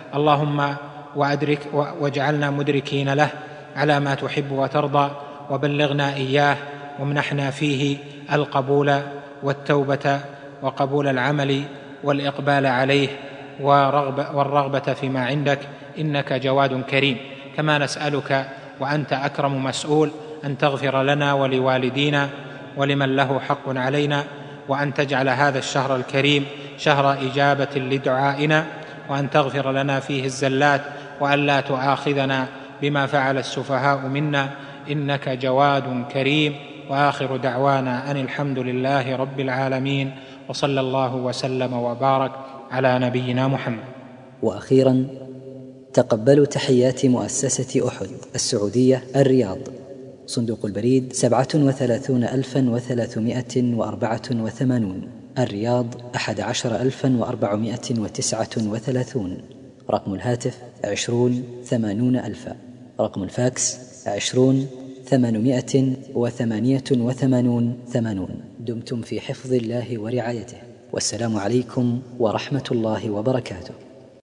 اللهم وأدرك واجعلنا مدركين له على ما تحب وترضى، وبلغنا إياه، وامنحنا فيه القبول والتوبة وقبول العمل والإقبال عليه والرغبة فيما عندك، إنك جواد كريم. كما نسألك وأنت أكرم مسؤول أن تغفر لنا ولوالدينا ولمن له حق علينا، وأن تجعل هذا الشهر الكريم شهر إجابة لدعائنا، وأن تغفر لنا فيه الزلات، وأن لا تؤاخذنا بما فعل السفهاء منا، إنك جواد كريم. وآخر دعوانا أن الحمد لله رب العالمين، وصلى الله وسلم وبارك على نبينا محمد. وأخيرا تقبلوا تحيات مؤسسة أحد السعودية الرياض، صندوق البريد سبعة وثلاثون ألفا وثلاثمائة وأربعة وثمانون، الرياض أحد عشر ألفا وأربعمائة وتسعة وثلاثون، رقم الهاتف عشرون ثمانون ألفا، رقم الفاكس عشرون ثمانمائة وثمانية وثمانون ثمانون. دمتم في حفظ الله ورعايته، والسلام عليكم ورحمة الله وبركاته.